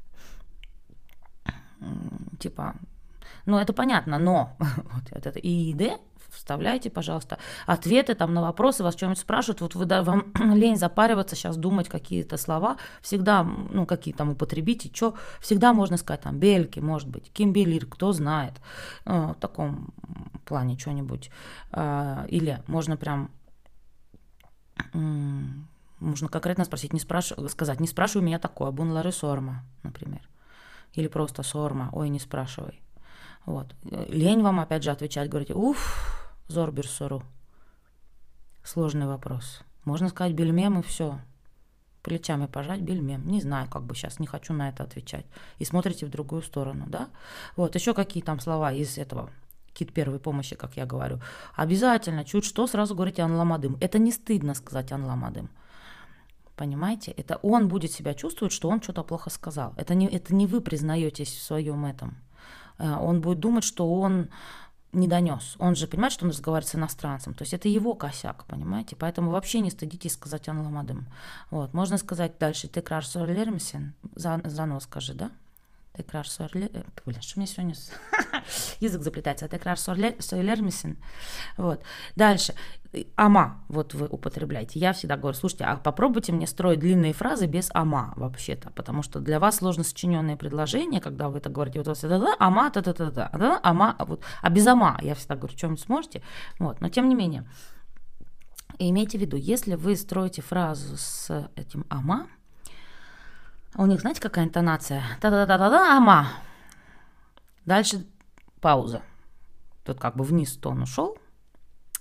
типа, ну, это понятно, но вот это ИИД вставляйте, пожалуйста, ответы там на вопросы, вас что-нибудь спрашивают, вот вы, да, вам лень запариваться, сейчас думать какие-то слова, всегда, ну, какие там употребите, что, всегда можно сказать, там, бельки, может быть, кимбелир, кто знает, э, в таком плане что-нибудь, э, или можно прям... Э, можно конкретно спросить, не спрашивай, сказать, не спрашивай меня такое, бунлары сорма, например, или просто сорма, ой, не спрашивай. Вот. Лень вам опять же отвечать, говорите, уф, зорбир сору. Сложный вопрос. Можно сказать бельмем и все. Плечами пожать, бельмем. Не знаю, как бы сейчас, не хочу на это отвечать. И смотрите в другую сторону, да? Вот, еще какие там слова из этого кит первой помощи, как я говорю. Обязательно, чуть что, сразу говорите анламадым. Это не стыдно сказать анламадым. Понимаете? Это он будет себя чувствовать, что он что-то плохо сказал. Это не, это не вы признаетесь в своем этом. Он будет думать, что он не донес. Он же понимает, что он разговаривает с иностранцем. То есть это его косяк, понимаете? Поэтому вообще не стыдитесь сказать анламадым. Вот. Можно сказать дальше текрар сорлермсен. Заново скажи, да? Текрар сорлермсен. Блин, что мне сегодня язык заплетается. Текрар сорлермсен. Вот. Дальше. Ама, вот вы употребляете. Я всегда говорю, слушайте, а попробуйте мне строить длинные фразы без ама вообще-то, потому что для вас сложно сочиненные предложения, когда вы это говорите, вот да, ама, та-та-та-та, да, ама, вот, а без ама, я всегда говорю, что-нибудь сможете, вот, но тем не менее, имейте в виду, если вы строите фразу с этим ама, у них, знаете, какая интонация? Та-та-та-та-та, ама. Дальше пауза. Тут как бы вниз тон ушел.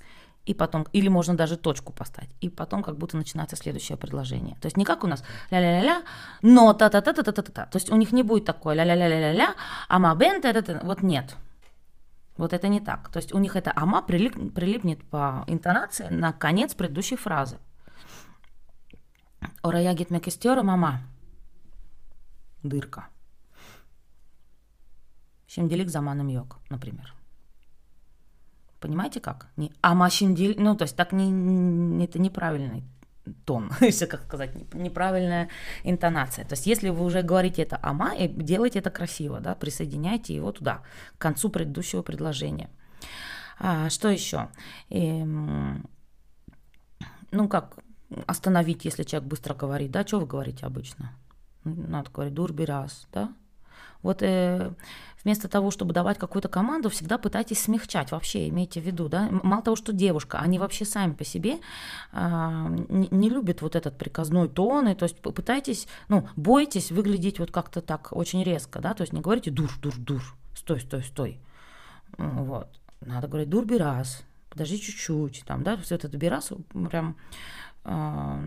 и потом, или можно даже точку поставить, и потом как будто начинается следующее предложение. То есть не как у нас ля-ля-ля-ля, но та-та-та-та-та-та-та. То есть у них не будет такое ля-ля-ля-ля-ля, ама бен, та-та-та. Вот нет. Вот это не так. То есть у них это ама прилип, прилипнет по интонации на конец предыдущей фразы. Орая гитмек истёра мама. Дырка. Şimdilik zamanım yok, например. Понимаете как? Не ама şimdilik, ну то есть так не, не, это неправильный тон, если как сказать, неправильная интонация. То есть если вы уже говорите это ама, и делайте это красиво, да, присоединяйте его туда, к концу предыдущего предложения. А, что еще? И, ну как остановить, если человек быстро говорит, да, что вы говорите обычно? Надо говорить дурбирас, да? Вот э, вместо того, чтобы давать какую-то команду, всегда пытайтесь смягчать. Вообще, имейте в виду, да, мало того, что девушка, они вообще сами по себе э, не, не любят вот этот приказной тон, и то есть пытайтесь, ну, бойтесь выглядеть вот как-то так очень резко, да, то есть не говорите дур, дур, дур, стой, стой, стой, вот, надо говорить дур бирас, подожди чуть-чуть, там, да, все этот бирас прям э,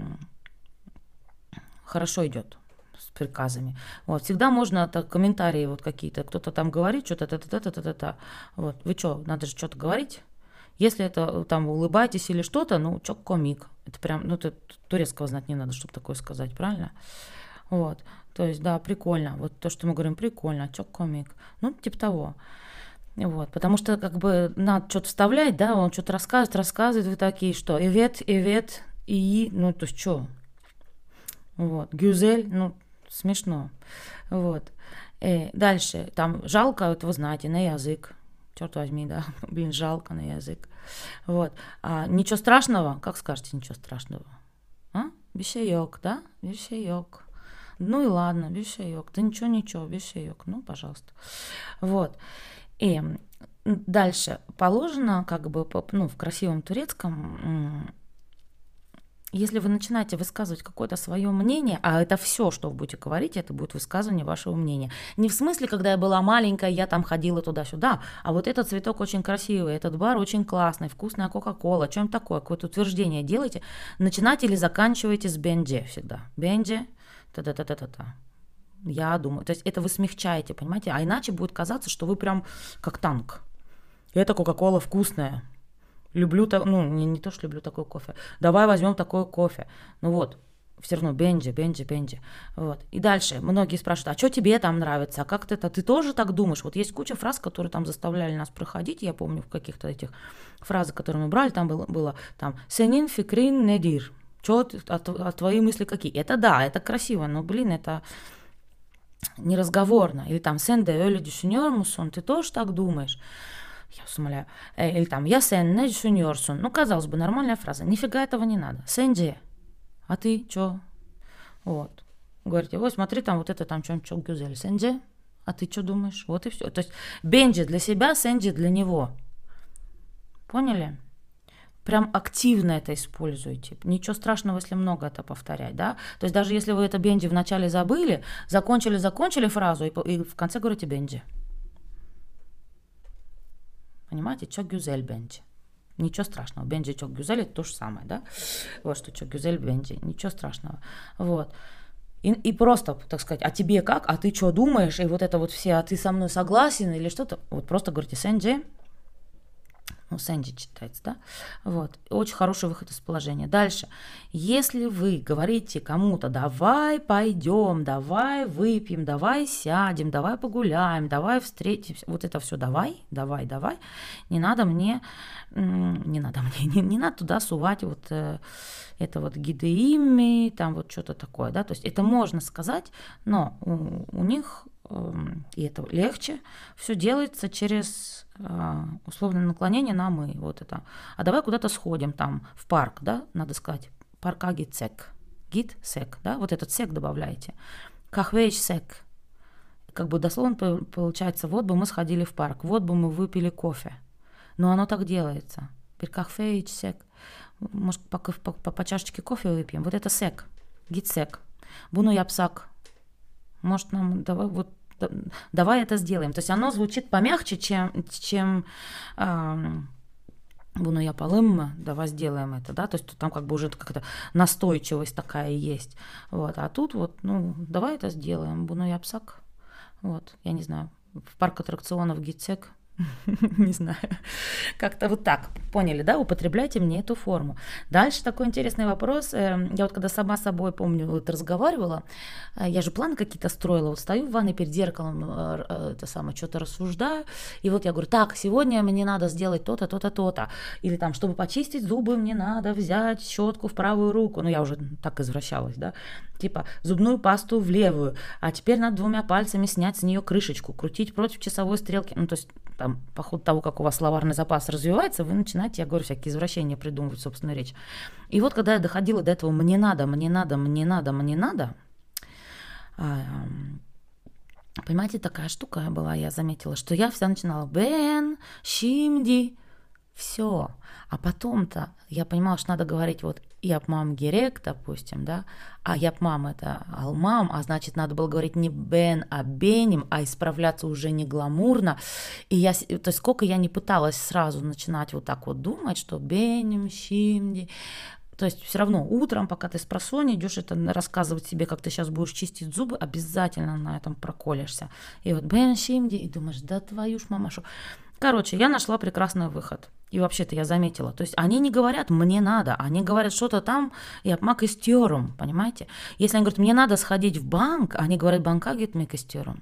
хорошо идет. С приказами. Вот. Всегда можно так, комментарии вот какие-то, кто-то там говорит, что-то та-та-та-та-та-та. Вот. Вы что, надо же что-то говорить? Если это там улыбаетесь или что-то, ну, чок комик. Это прям, ну, это турецкого знать не надо, чтобы такое сказать, правильно? Вот. То есть, да, прикольно. Вот то, что мы говорим, прикольно, чок комик. Ну, типа того. Вот. Потому что, как бы, надо что-то вставлять, да, он что-то рассказывает, рассказывает, вы такие, что эвет, эвет, и, ну, то есть, что? Вот. Гюзель, ну, смешно. Вот. И дальше. Там жалко, это вы знаете, на язык. Черт возьми, да. Блин, жалко на язык. Вот. А ничего страшного? Как скажете, ничего страшного? А? Бешеёк, да? Бешеёк. Ну и ладно, бешеёк. Да ничего, ничего, бешеёк. Ну, пожалуйста. Вот. И дальше. Положено, как бы, ну, в красивом турецком... Если вы начинаете высказывать какое-то свое мнение, а это все, что вы будете говорить, это будет высказывание вашего мнения. Не в смысле, когда я была маленькая, я там ходила туда-сюда, а вот этот цветок очень красивый, этот бар очень классный, вкусная кока-кола, что-нибудь такое, какое-то утверждение делайте. Начинайте или заканчивайте с бенджи всегда. Бенджи, та-та-та-та-та-та. Я думаю, то есть это вы смягчаете, понимаете, а иначе будет казаться, что вы прям как танк. Это кока-кола вкусная. Люблю, ну, не, не то, что люблю такой кофе. Давай возьмем такой кофе. Ну вот, все равно бенджи, бенджи, бенджи. Вот. И дальше многие спрашивают, а что тебе там нравится? А как ты это? Ты тоже так думаешь? Вот есть куча фраз, которые там заставляли нас проходить. Я помню в каких-то этих фразах, которые мы брали, там было, было там «Сенин фикрин недир». Что, а, а твои мысли какие? Это да, это красиво, но, блин, это неразговорно. Или там «Сен де öyle düşünüyor musun?» Ты тоже так думаешь? Я вас умоляю. Или там «Я сен не düşünüyorsun». Ну, казалось бы, нормальная фраза. Нифига этого не надо. «Сенде». А ты чё? Вот. Говорите, ой, смотри, там вот это там что-нибудь чок гюзель. «Сенде». А ты что думаешь? Вот и все. То есть бенджи для себя, сенде для него. Поняли? Прям активно это используйте. Ничего страшного, если много это повторять, да? То есть даже если вы это бенджи вначале забыли, закончили, закончили фразу, и, и в конце говорите бенджи. Понимаете, чок гюзель бенджи. Ничего страшного. Бенджи, чок гюзель это то же самое, да? Вот что чок гюзель бенджи. Ничего страшного. Вот. И, и просто, так сказать, а тебе как? А ты что думаешь? И вот это вот все, а ты со мной согласен или что-то? Вот просто говорите сенджи. Ну, сенджи читается, да? Вот. Очень хороший выход из положения. Дальше. Если вы говорите кому-то, давай пойдем, давай выпьем, давай сядем, давай погуляем, давай встретимся, вот это все давай, давай, давай, не надо мне, не надо мне, не, не надо туда сувать вот э, это вот гидеими, там вот что-то такое, да, то есть это можно сказать, но у, у них, э, и это легче, все делается через условное наклонение на мы, вот это. А давай куда-то сходим там в парк, да, надо сказать, парка гид-сек, гид-сек, да, вот этот сек добавляете. Кахвейч-сек, как бы дословно получается, вот бы мы сходили в парк, вот бы мы выпили кофе, но оно так делается. Кахвейч-сек, может, по, по, по, по чашечке кофе выпьем, вот это сек, гид-сек, буну япсак, может нам, давай вот давай это сделаем. То есть оно звучит помягче, чем, чем э, буну я полым, давай сделаем это, да, то есть там как бы уже какая-то настойчивость такая есть, вот, а тут вот, ну, давай это сделаем, буну я псак, вот, я не знаю, в парк аттракционов Гитсек, не знаю, как-то вот так, поняли, да, употребляйте мне эту форму. Дальше такой интересный вопрос, я вот когда сама с собой, помню, вот разговаривала, я же планы какие-то строила, вот стою в ванной перед зеркалом, это самое, что-то рассуждаю, и вот я говорю, так, сегодня мне надо сделать то-то, то-то, то-то, или там, чтобы почистить зубы, мне надо взять щетку в правую руку, ну, я уже так извращалась, да, типа зубную пасту в левую, а теперь надо двумя пальцами снять с нее крышечку, крутить против часовой стрелки, ну, то есть там, по ходу того, как у вас словарный запас развивается, вы начинаете, я говорю, всякие извращения придумывать собственную речь. И вот когда я доходила до этого «мне надо, мне надо, мне надо, мне надо», понимаете, такая штука была, я заметила, что я всегда начинала «бен, шимди», все. А потом-то я понимала, что надо говорить вот «япмам герек», допустим, да, а «япмам» это «алмам», а значит, надо было говорить не «бен», а «бенем», а исправляться уже не гламурно. И я, то есть сколько я не пыталась сразу начинать вот так вот думать, что «бенем, шимди», то есть все равно утром, пока ты с просони идешь это рассказывать себе, как ты сейчас будешь чистить зубы, обязательно на этом проколешься. И вот «бен, шимди», и думаешь, да твою ж мамашу. Короче, я нашла прекрасный выход. И вообще-то я заметила. То есть они не говорят «мне надо», они говорят что-то там, «япмак истерум», понимаете? Если они говорят «мне надо сходить в банк», они говорят «банка гитмек истерум».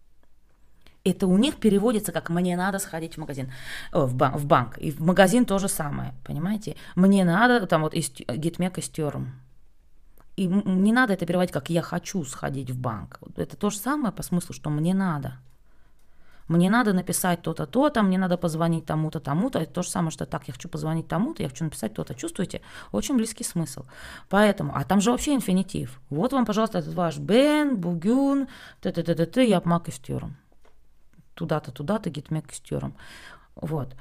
Это у них переводится как «мне надо сходить в магазин», о, в, банк, в банк. И в магазин то же самое, понимаете? «Мне надо», там вот «гитмек истерум». И не надо это переводить как «я хочу сходить в банк». Это то же самое по смыслу, что «мне надо». Мне надо написать то-то, то-то, мне надо позвонить тому-то, тому-то. Это то же самое, что так, я хочу позвонить тому-то, я хочу написать то-то. Чувствуете? Очень близкий смысл. Поэтому, а там же вообще инфинитив. Вот вам, пожалуйста, этот ваш бен, бугюн, т-т-т-т, япмак истерум. Туда-то, туда-то, гитмек истерум. Вот.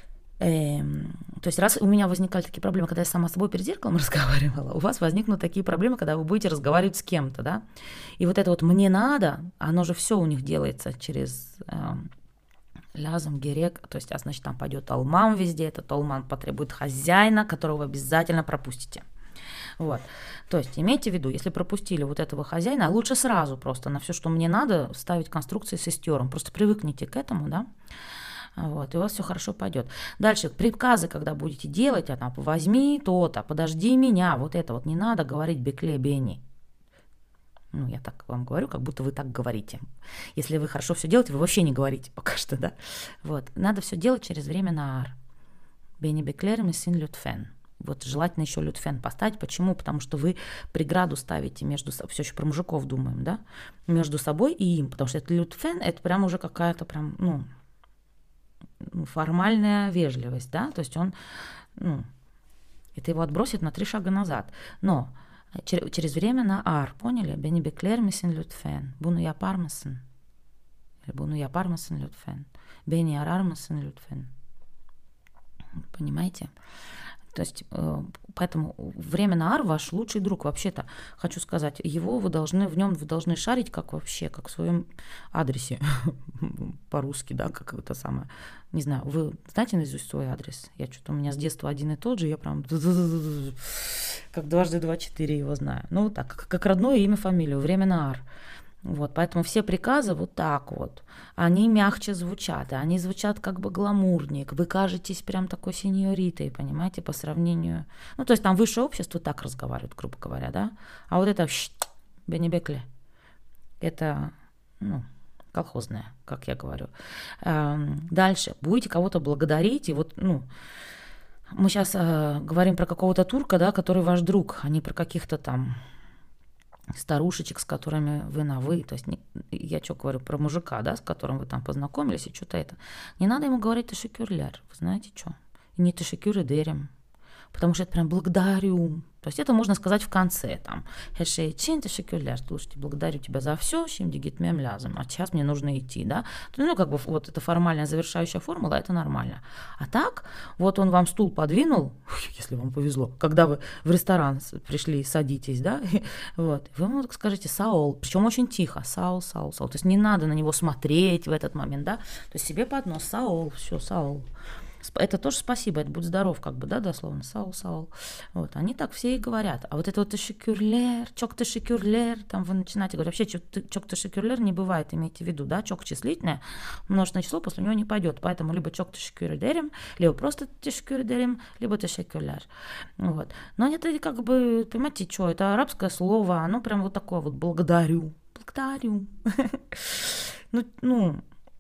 Эм, то есть раз у меня возникали такие проблемы, когда я сама с собой перед зеркалом разговаривала, у вас возникнут такие проблемы, когда вы будете разговаривать с кем-то, да, и вот это вот «мне надо», оно же все у них делается через э, лязм, герек, то есть, а значит, там пойдет алмам везде, этот алмам потребует хозяина, которого вы обязательно пропустите. Вот, то есть имейте в виду, если пропустили вот этого хозяина, лучше сразу просто на все, что мне надо, ставить конструкции с истером, просто привыкните к этому, да. Вот, и у вас все хорошо пойдет. Дальше, приказы, когда будете делать, а там возьми то-то, подожди меня, вот это вот не надо говорить бекле бени. Ну, я так вам говорю, как будто вы так говорите. Если вы хорошо все делаете, вы вообще не говорите пока что, да. Вот, надо все делать через время на ар. Бени беклер мисин лютфен. Вот желательно еще лютфен поставить. Почему? Потому что вы преграду ставите между собой, все еще про мужиков думаем, да, между собой и им, потому что это лютфен, это прям уже какая-то прям, ну, формальная вежливость, да, то есть он, ну, это его отбросит на три шага назад, но через, через время на ар, поняли? Бени беклер мисин лютфен, буну я пармасен, буну я пармасен лютфен, бени арармасен лютфен, понимаете? То есть, поэтому время на ар ваш лучший друг. Вообще-то, хочу сказать, его вы должны, в нем вы должны шарить как вообще, как в своем адресе по-русски, да, как это самое. Не знаю, вы знаете наизусть свой адрес? Я что-то у меня с детства один и тот же, я прям как дважды два четыре его знаю. Ну, вот так, как родное имя, фамилию, время на ар. Вот, поэтому все приказы вот так вот, они мягче звучат, и они звучат как бы гламурнее, вы кажетесь прям такой сеньоритой, понимаете, по сравнению, ну, то есть там высшее общество так разговаривают, грубо говоря, да, а вот это Бени бекле, это, ну, колхозное, как я говорю. Дальше, будете кого-то благодарить, и вот, ну, мы сейчас э, говорим про какого-то турка, да, который ваш друг, а не про каких-то там старушечек, с которыми вы на «вы». То есть не, я что говорю про мужика, да, с которым вы там познакомились, и что-то это. Не надо ему говорить «тешекюрляр». Вы знаете что? И не «тешекюр и дерем». Потому что это прям «благодарю». То есть это можно сказать в конце. Там «хешейчин тешекюрляр». Слушайте, благодарю тебя за все, чем дигитмем лязом. А сейчас мне нужно идти, да. Ну, как бы вот эта формальная завершающая формула, это нормально. А так, вот он вам стул подвинул, если вам повезло, когда вы в ресторан пришли, садитесь, да, вот, вы ему скажите «саол», причем очень тихо, «саол, саол, саол». То есть не надо на него смотреть в этот момент, да. То есть себе под нос «саол», все, «саол». Это тоже спасибо, это будь здоров, как бы, да, дословно, Саул, Саул. Вот, они так все и говорят. А вот это вот тешекюрлер, чок тешекюрлер, там вы начинаете говорить, вообще чок тешекюрлер не бывает, имейте в виду, да, чок числительное, множественное число после него не пойдет, поэтому либо чок тешекюрлерим, либо просто тешекюрлерим, либо тешекюрлер. Вот. Но это как бы, понимаете, что, это арабское слово, оно прям вот такое вот, благодарю, благодарю. Ну, ну,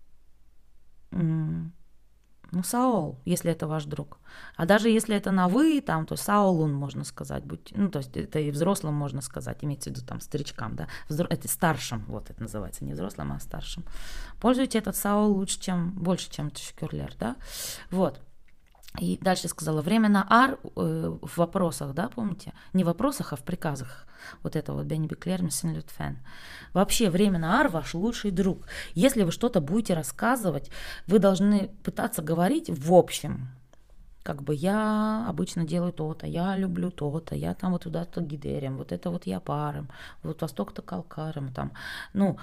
Ну, Саул, если это ваш друг. А даже если это на вы, там, то Саулун, можно сказать. Будь, ну, то есть это и взрослым можно сказать, имеется в виду там старичкам, да. Взро... Это старшим, вот это называется, не взрослым, а старшим. Пользуйте этот Саул лучше, чем, больше, чем тешекюрлер, да. Вот. И дальше сказала, время на ар э, в вопросах, да, помните? Не в вопросах, а в приказах. Вот это вот Бенни Биклер, Мессин Лютфен. Вообще время на ар ваш лучший друг. Если вы что-то будете рассказывать, вы должны пытаться говорить в общем. Как бы я обычно делаю то-то, я люблю то-то, я там вот туда-то гидерем, вот это вот я паром, вот восток-то калкаром, там, ну...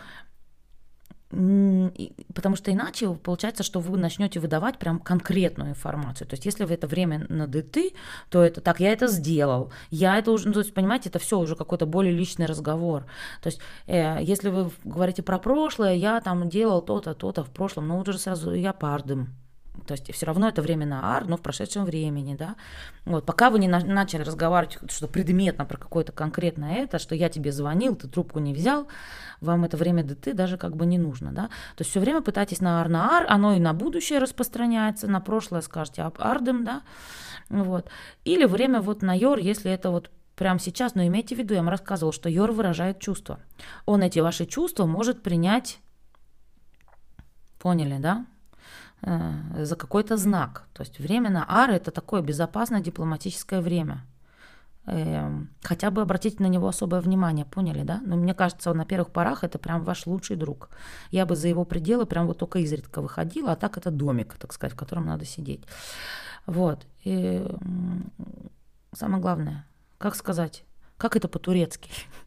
Потому что иначе получается, что вы начнете выдавать прям конкретную информацию. То есть, если вы это время на ДТ, то это так, я это сделал, я это уже, ну, то есть, понимаете, это все уже какой-то более личный разговор. То есть, э, если вы говорите про прошлое, я там делал то-то, то-то в прошлом, но уже сразу я пардым. То есть все равно это время на ар, но в прошедшем времени, да. Вот, пока вы не на- начали разговаривать что предметно про какое-то конкретное это, что я тебе звонил, ты трубку не взял, вам это время ДТ даже как бы не нужно, да. То есть все время пытайтесь на ар на ар, оно и на будущее распространяется, на прошлое скажете об ардем, да. Вот. Или время вот на йор, если это вот прямо сейчас, но имейте в виду, я вам рассказывала, что йор выражает чувства. Он эти ваши чувства может принять, поняли, да? За какой-то знак. То есть время на ар это такое безопасное дипломатическое время. Хотя бы обратите на него особое внимание, поняли, да? Но мне кажется, на первых порах это прям ваш лучший друг. Я бы за его пределы прям вот только изредка выходила, а так это домик, так сказать, в котором надо сидеть. Вот. И самое главное, как сказать, как это по-турецки?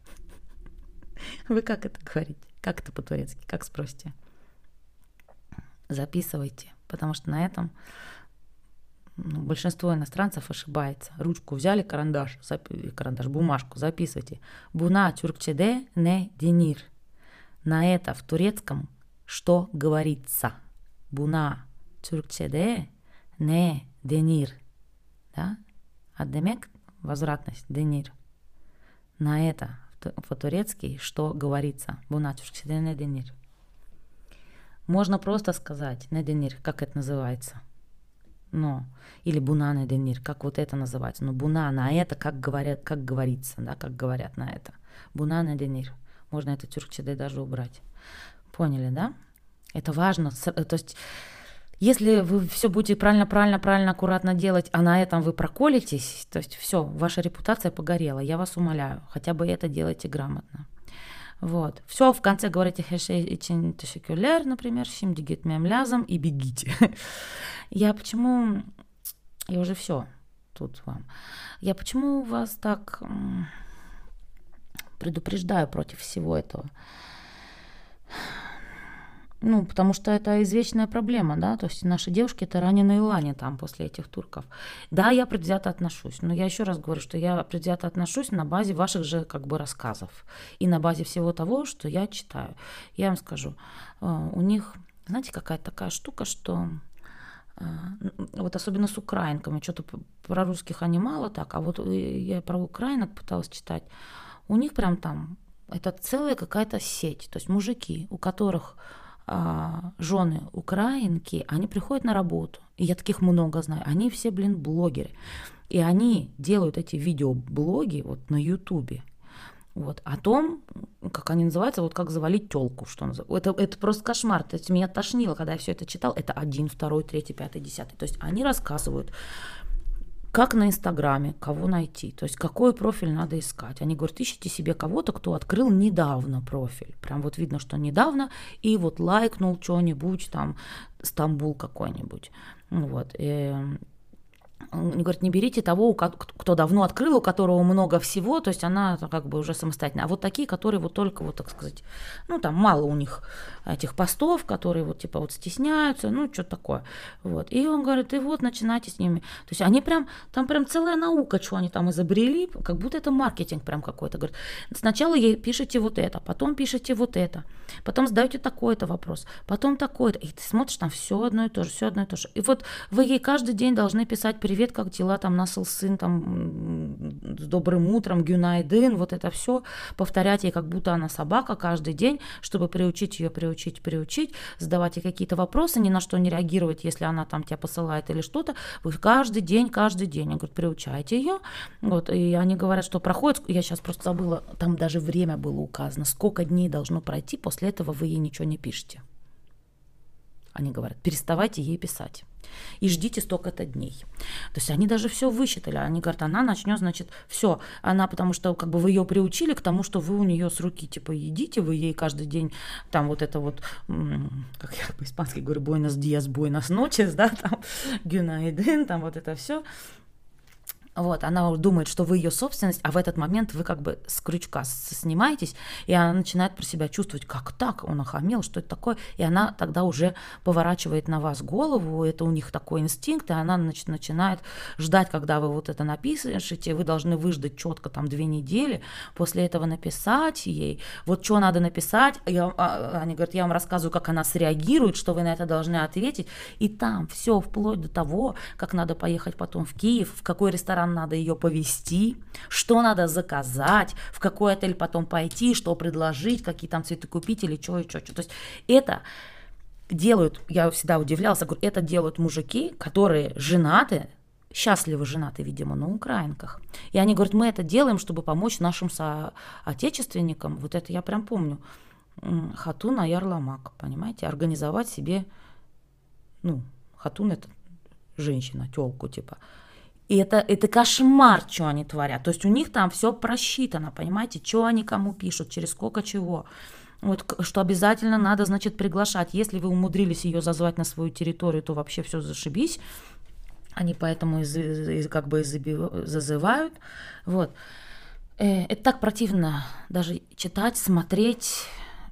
Вы как это говорите? Как это по-турецки? Как спросите? Записывайте, потому что на этом ну, большинство иностранцев ошибается. Ручку взяли, карандаш, запи- карандаш, бумажку, записывайте. Буна тюркчеде не денир. На это в турецком что говорится? Буна тюркчеде не денир. Да? А демек возвратность денир. На это по-турецки что говорится? Буна тюркчеде не денир. Можно просто сказать неденир, как это называется. Но, или буна неденир, как вот это называется. Но буна на это, как говорят, как говорится, да, как говорят на это. Буна неденир. Можно это тюркчеде даже убрать. Поняли, да? Это важно. То есть, если вы все будете правильно, правильно, правильно, аккуратно делать, а на этом вы проколитесь, то есть все, ваша репутация погорела. Я вас умоляю, хотя бы это делайте грамотно. Вот. Все, в конце говорите хэшей için teşekkürler, например, şimdi gitmem lazım и бегите. Я почему... Я уже все тут вам. Я почему вас так предупреждаю против всего этого? Ну, потому что это извечная проблема, да, то есть наши девушки это раненые лани там после этих турков. Да, я предвзято отношусь, но я еще раз говорю, что я предвзято отношусь на базе ваших же как бы рассказов и на базе всего того, что я читаю. Я вам скажу, у них, знаете, какая-то такая штука, что вот особенно с украинками, что-то про русских они мало так, а вот я про украинок пыталась читать, у них прям там это целая какая-то сеть, то есть мужики, у которых а, жены украинки, они приходят на работу, и я таких много знаю, они все, блин, блогеры, и они делают эти видеоблоги вот на ютубе, вот, о том, как они называются, вот как завалить тёлку, что называется. Это, это просто кошмар, то есть меня тошнило, когда я все это читал, это один, второй, третий, пятый, десятый, то есть они рассказывают, как на Инстаграме, кого найти, то есть какой профиль надо искать. Они говорят, ищите себе кого-то, кто открыл недавно профиль. Прям вот видно, что недавно, и вот лайкнул что-нибудь, там, Стамбул какой-нибудь. Вот. И Он говорит, не берите того, кто давно открыл, у которого много всего, то есть она как бы уже самостоятельная. А вот такие, которые вот только, вот так сказать, ну там мало у них этих постов, которые вот типа вот стесняются, ну что такое. Вот. И он говорит, и вот начинайте с ними. То есть они прям, там прям целая наука, что они там изобрели, как будто это маркетинг прям какой-то. Говорит, сначала ей пишите вот это, потом пишите вот это, потом задаете такой-то вопрос, потом такой-то. И ты смотришь, там все одно и то же, все одно и то же. И вот вы ей каждый день должны писать привет, как дела, там, насыл сын, там, с добрым утром, гюнайдын, вот это все, повторять ей, как будто она собака каждый день, чтобы приучить ее, приучить, приучить, задавать ей какие-то вопросы, ни на что не реагировать, если она там тебя посылает или что-то, вы каждый день, каждый день, я говорю, приучайте ее, вот, и они говорят, что проходит, я сейчас просто забыла, там даже время было указано, сколько дней должно пройти, после этого вы ей ничего не пишете. Они говорят, переставайте ей писать. И ждите столько-то дней. То есть они даже все высчитали. Они говорят, она начнет, значит, все. Она, потому что как бы вы ее приучили к тому, что вы у нее с руки типа едите, вы ей каждый день там вот это вот, как я по-испански говорю, буэнос диас, буэнос ночес, да, там, гюнайдын, там вот это все. Вот, она думает, что вы ее собственность, а в этот момент вы как бы с крючка снимаетесь, и она начинает про себя чувствовать, как так, он охамел, что это такое, и она тогда уже поворачивает на вас голову, это у них такой инстинкт, и она значит, начинает ждать, когда вы вот это напишете, вы должны выждать четко там две недели, после этого написать ей, вот что надо написать, я, они говорят, я вам рассказываю, как она среагирует, что вы на это должны ответить, и там все вплоть до того, как надо поехать потом в Киев, в какой ресторан надо ее повезти, что надо заказать, в какой отель потом пойти, что предложить, какие там цветы купить или что и что. То есть это делают, я всегда удивлялась, говорю, это делают мужики, которые женаты, счастливо женаты, видимо, на украинках. И они говорят, мы это делаем, чтобы помочь нашим соотечественникам. Вот это я прям помню. Хатун аяр-ламак, понимаете, организовать себе, ну, хатун это женщина, тёлку типа. И это, это кошмар, что они творят. То есть у них там все просчитано, понимаете, что они кому пишут, через сколько чего. Вот, что обязательно надо, значит, приглашать. Если вы умудрились ее зазвать на свою территорию, то вообще все зашибись. Они поэтому из, из, как бы зазывают. Вот. Это так противно даже читать, смотреть.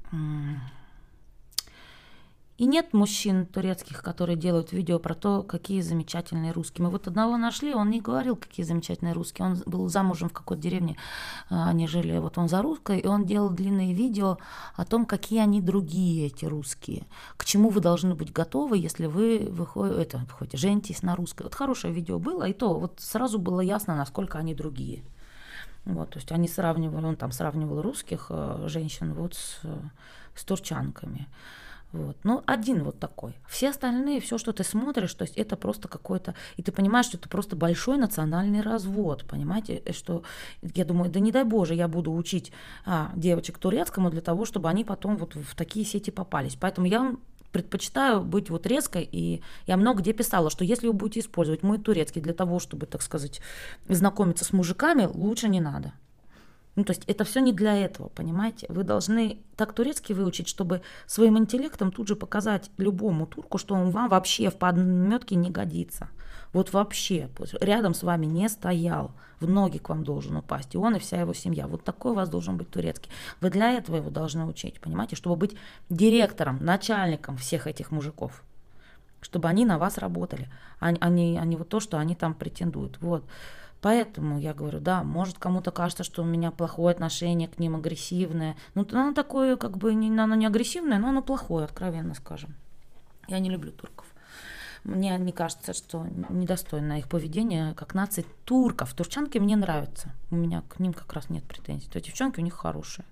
И нет мужчин турецких, которые делают видео про то, какие замечательные русские. Мы вот одного нашли, он не говорил, какие замечательные русские. Он был замужем в какой-то деревне, они жили, вот он за русской, и он делал длинные видео о том, какие они другие, эти русские. К чему вы должны быть готовы, если вы выходите, это, выходите, женитесь на русской. Вот хорошее видео было, и то вот сразу было ясно, насколько они другие. Вот, то есть они сравнивали, он там сравнивал русских женщин вот с, с турчанками. Вот. Ну, один вот такой. Все остальные, все, что ты смотришь, то есть это просто какой-то... И ты понимаешь, что это просто большой национальный развод, понимаете? Что я думаю, да не дай Боже, я буду учить а, девочек турецкому для того, чтобы они потом вот в такие сети попались. Поэтому я предпочитаю быть вот резкой, и я много где писала, что если вы будете использовать мой турецкий для того, чтобы, так сказать, знакомиться с мужиками, лучше не надо. Ну, то есть это все не для этого, понимаете? Вы должны так турецкий выучить, чтобы своим интеллектом тут же показать любому турку, что он вам вообще в подметке не годится. Вот вообще, рядом с вами не стоял, в ноги к вам должен упасть, и он, и вся его семья. Вот такой у вас должен быть турецкий. Вы для этого его должны учить, понимаете? Чтобы быть директором, начальником всех этих мужиков. Чтобы они на вас работали, а не, а не вот то, что они там претендуют. Вот. Поэтому я говорю, да, может кому-то кажется, что у меня плохое отношение к ним, агрессивное. Ну, оно такое, как бы, не, оно не агрессивное, но оно плохое, откровенно скажем. Я не люблю турков. Мне не кажется, что недостойно их поведение как нации турков. Турчанки мне нравятся. У меня к ним как раз нет претензий. То девчонки у них хорошие.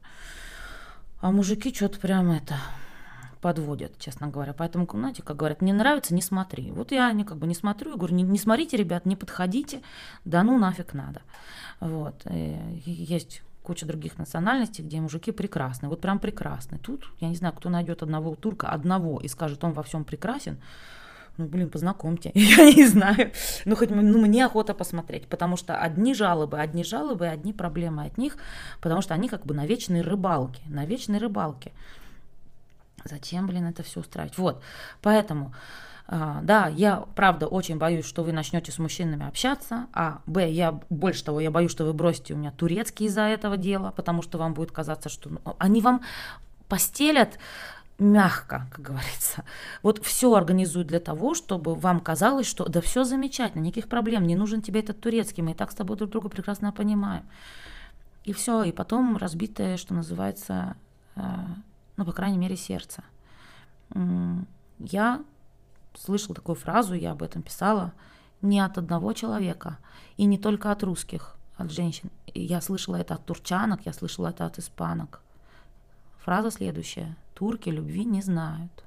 А мужики что-то прям это... подводят, честно говоря. Поэтому, знаете, как говорят, не нравится, не смотри. Вот я не, как бы не смотрю, я говорю, не, не смотрите, ребят, не подходите, да ну нафиг надо. Вот. И есть куча других национальностей, где мужики прекрасны, вот прям прекрасны. Тут, я не знаю, кто найдет одного турка, одного, и скажет, он во всем прекрасен, ну, блин, познакомьте, я не знаю. Ну, хоть ну, мне охота посмотреть, потому что одни жалобы, одни жалобы, одни проблемы от них, потому что они как бы на вечной рыбалке, на вечной рыбалке. Зачем, блин, это все устраивать? Вот, поэтому А, да, я, правда, очень боюсь, что вы начнете с мужчинами общаться, а, б, я, больше того, я боюсь, что вы бросите у меня турецкий из-за этого дела, потому что вам будет казаться, что ну, они вам постелят мягко, как говорится. Вот все организуют для того, чтобы вам казалось, что да все замечательно, никаких проблем, не нужен тебе этот турецкий, мы и так с тобой друг друга прекрасно понимаем. И все, и потом разбитое, что называется, э, ну, по крайней мере, сердце. Я слышала такую фразу, я об этом писала, не от одного человека, и не только от русских, от женщин. И я слышала это от турчанок, я слышала это от испанок. Фраза следующая. Турки любви не знают.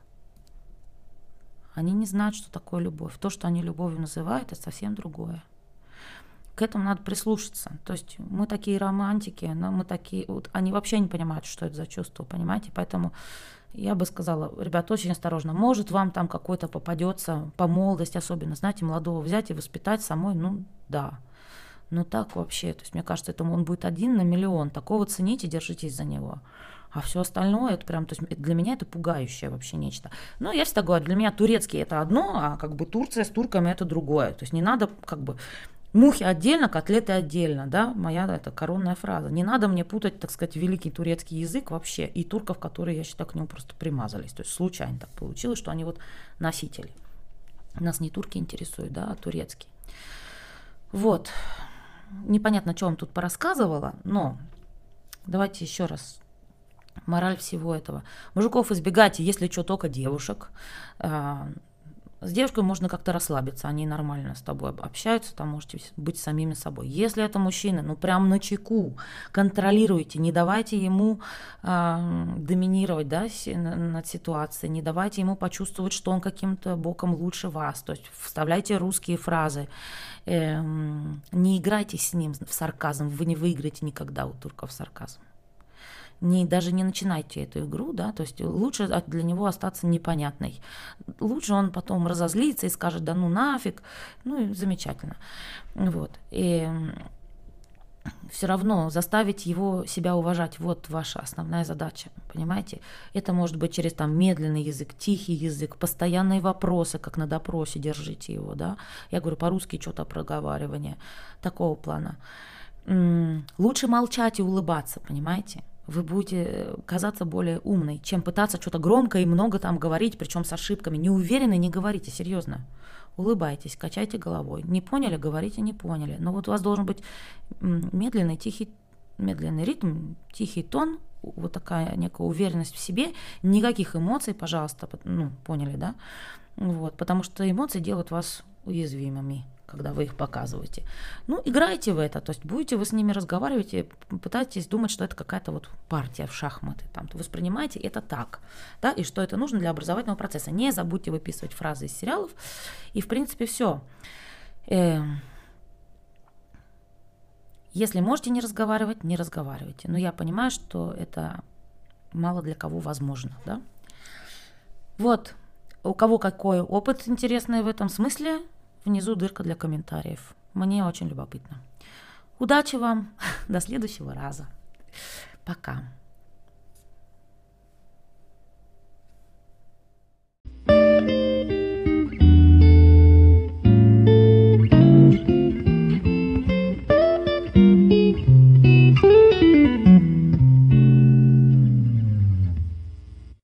Они не знают, что такое любовь. То, что они любовью называют, это совсем другое. К этому надо прислушаться. То есть мы такие романтики, но мы такие... Вот, они вообще не понимают, что это за чувство, понимаете? Поэтому я бы сказала, ребят, очень осторожно. Может, вам там какой-то попадется по молодости, особенно, знаете, молодого взять и воспитать самой, ну да. Но так вообще, то есть мне кажется, этому он будет один на миллион. Такого цените, держитесь за него. А все остальное, это прям, то есть для меня это пугающее вообще нечто. Но я всегда говорю, для меня турецкий это одно, а как бы Турция с турками это другое. То есть не надо как бы мухи отдельно, котлеты отдельно, да, моя это коронная фраза. Не надо мне путать, так сказать, великий турецкий язык вообще и турков, которые, я считаю, к нему просто примазались. То есть случайно так получилось, что они вот носители. Нас не турки интересуют, да, а турецкий. Вот. Непонятно, что вам тут порассказывала, но давайте еще раз. Мораль всего этого. Мужиков избегайте, если что, только девушек. С девушкой можно как-то расслабиться, они нормально с тобой общаются, там можете быть самими собой. Если это мужчина, ну прям начеку, контролируйте, не давайте ему э, доминировать, да, над ситуацией, не давайте ему почувствовать, что он каким-то боком лучше вас. То есть вставляйте русские фразы, э, не играйте с ним в сарказм, вы не выиграете никогда у турков сарказм. Не, даже не начинайте эту игру, да, то есть лучше для него остаться непонятной. Лучше он потом разозлится и скажет, да ну нафиг, ну и замечательно. Вот. И все равно заставить его себя уважать, вот ваша основная задача, понимаете? Это может быть через там медленный язык, тихий язык, постоянные вопросы, как на допросе, держите его, да. Я говорю по-русски что-то проговаривание, такого плана. Лучше молчать и улыбаться, понимаете? Вы будете казаться более умной, чем пытаться что-то громко и много там говорить, причем с ошибками. Не уверены, не говорите, серьезно. Улыбайтесь, качайте головой. Не поняли, говорите, не поняли. Но вот у вас должен быть медленный, тихий, медленный ритм, тихий тон, вот такая некая уверенность в себе. Никаких эмоций, пожалуйста, ну, поняли, да? Вот, потому что эмоции делают вас уязвимыми, когда вы их показываете. Ну, играйте в это, то есть будете вы с ними разговаривать и пытаетесь думать, что это какая-то вот партия в шахматы. Там, воспринимаете это так, да, и что это нужно для образовательного процесса. Не забудьте выписывать фразы из сериалов, и, в принципе, все. Если можете не разговаривать, не разговаривайте. Но я понимаю, что это мало для кого возможно, да. Вот, у кого какой опыт интересный в этом смысле, внизу дырка для комментариев. Мне очень любопытно. Удачи вам. До следующего раза. Пока.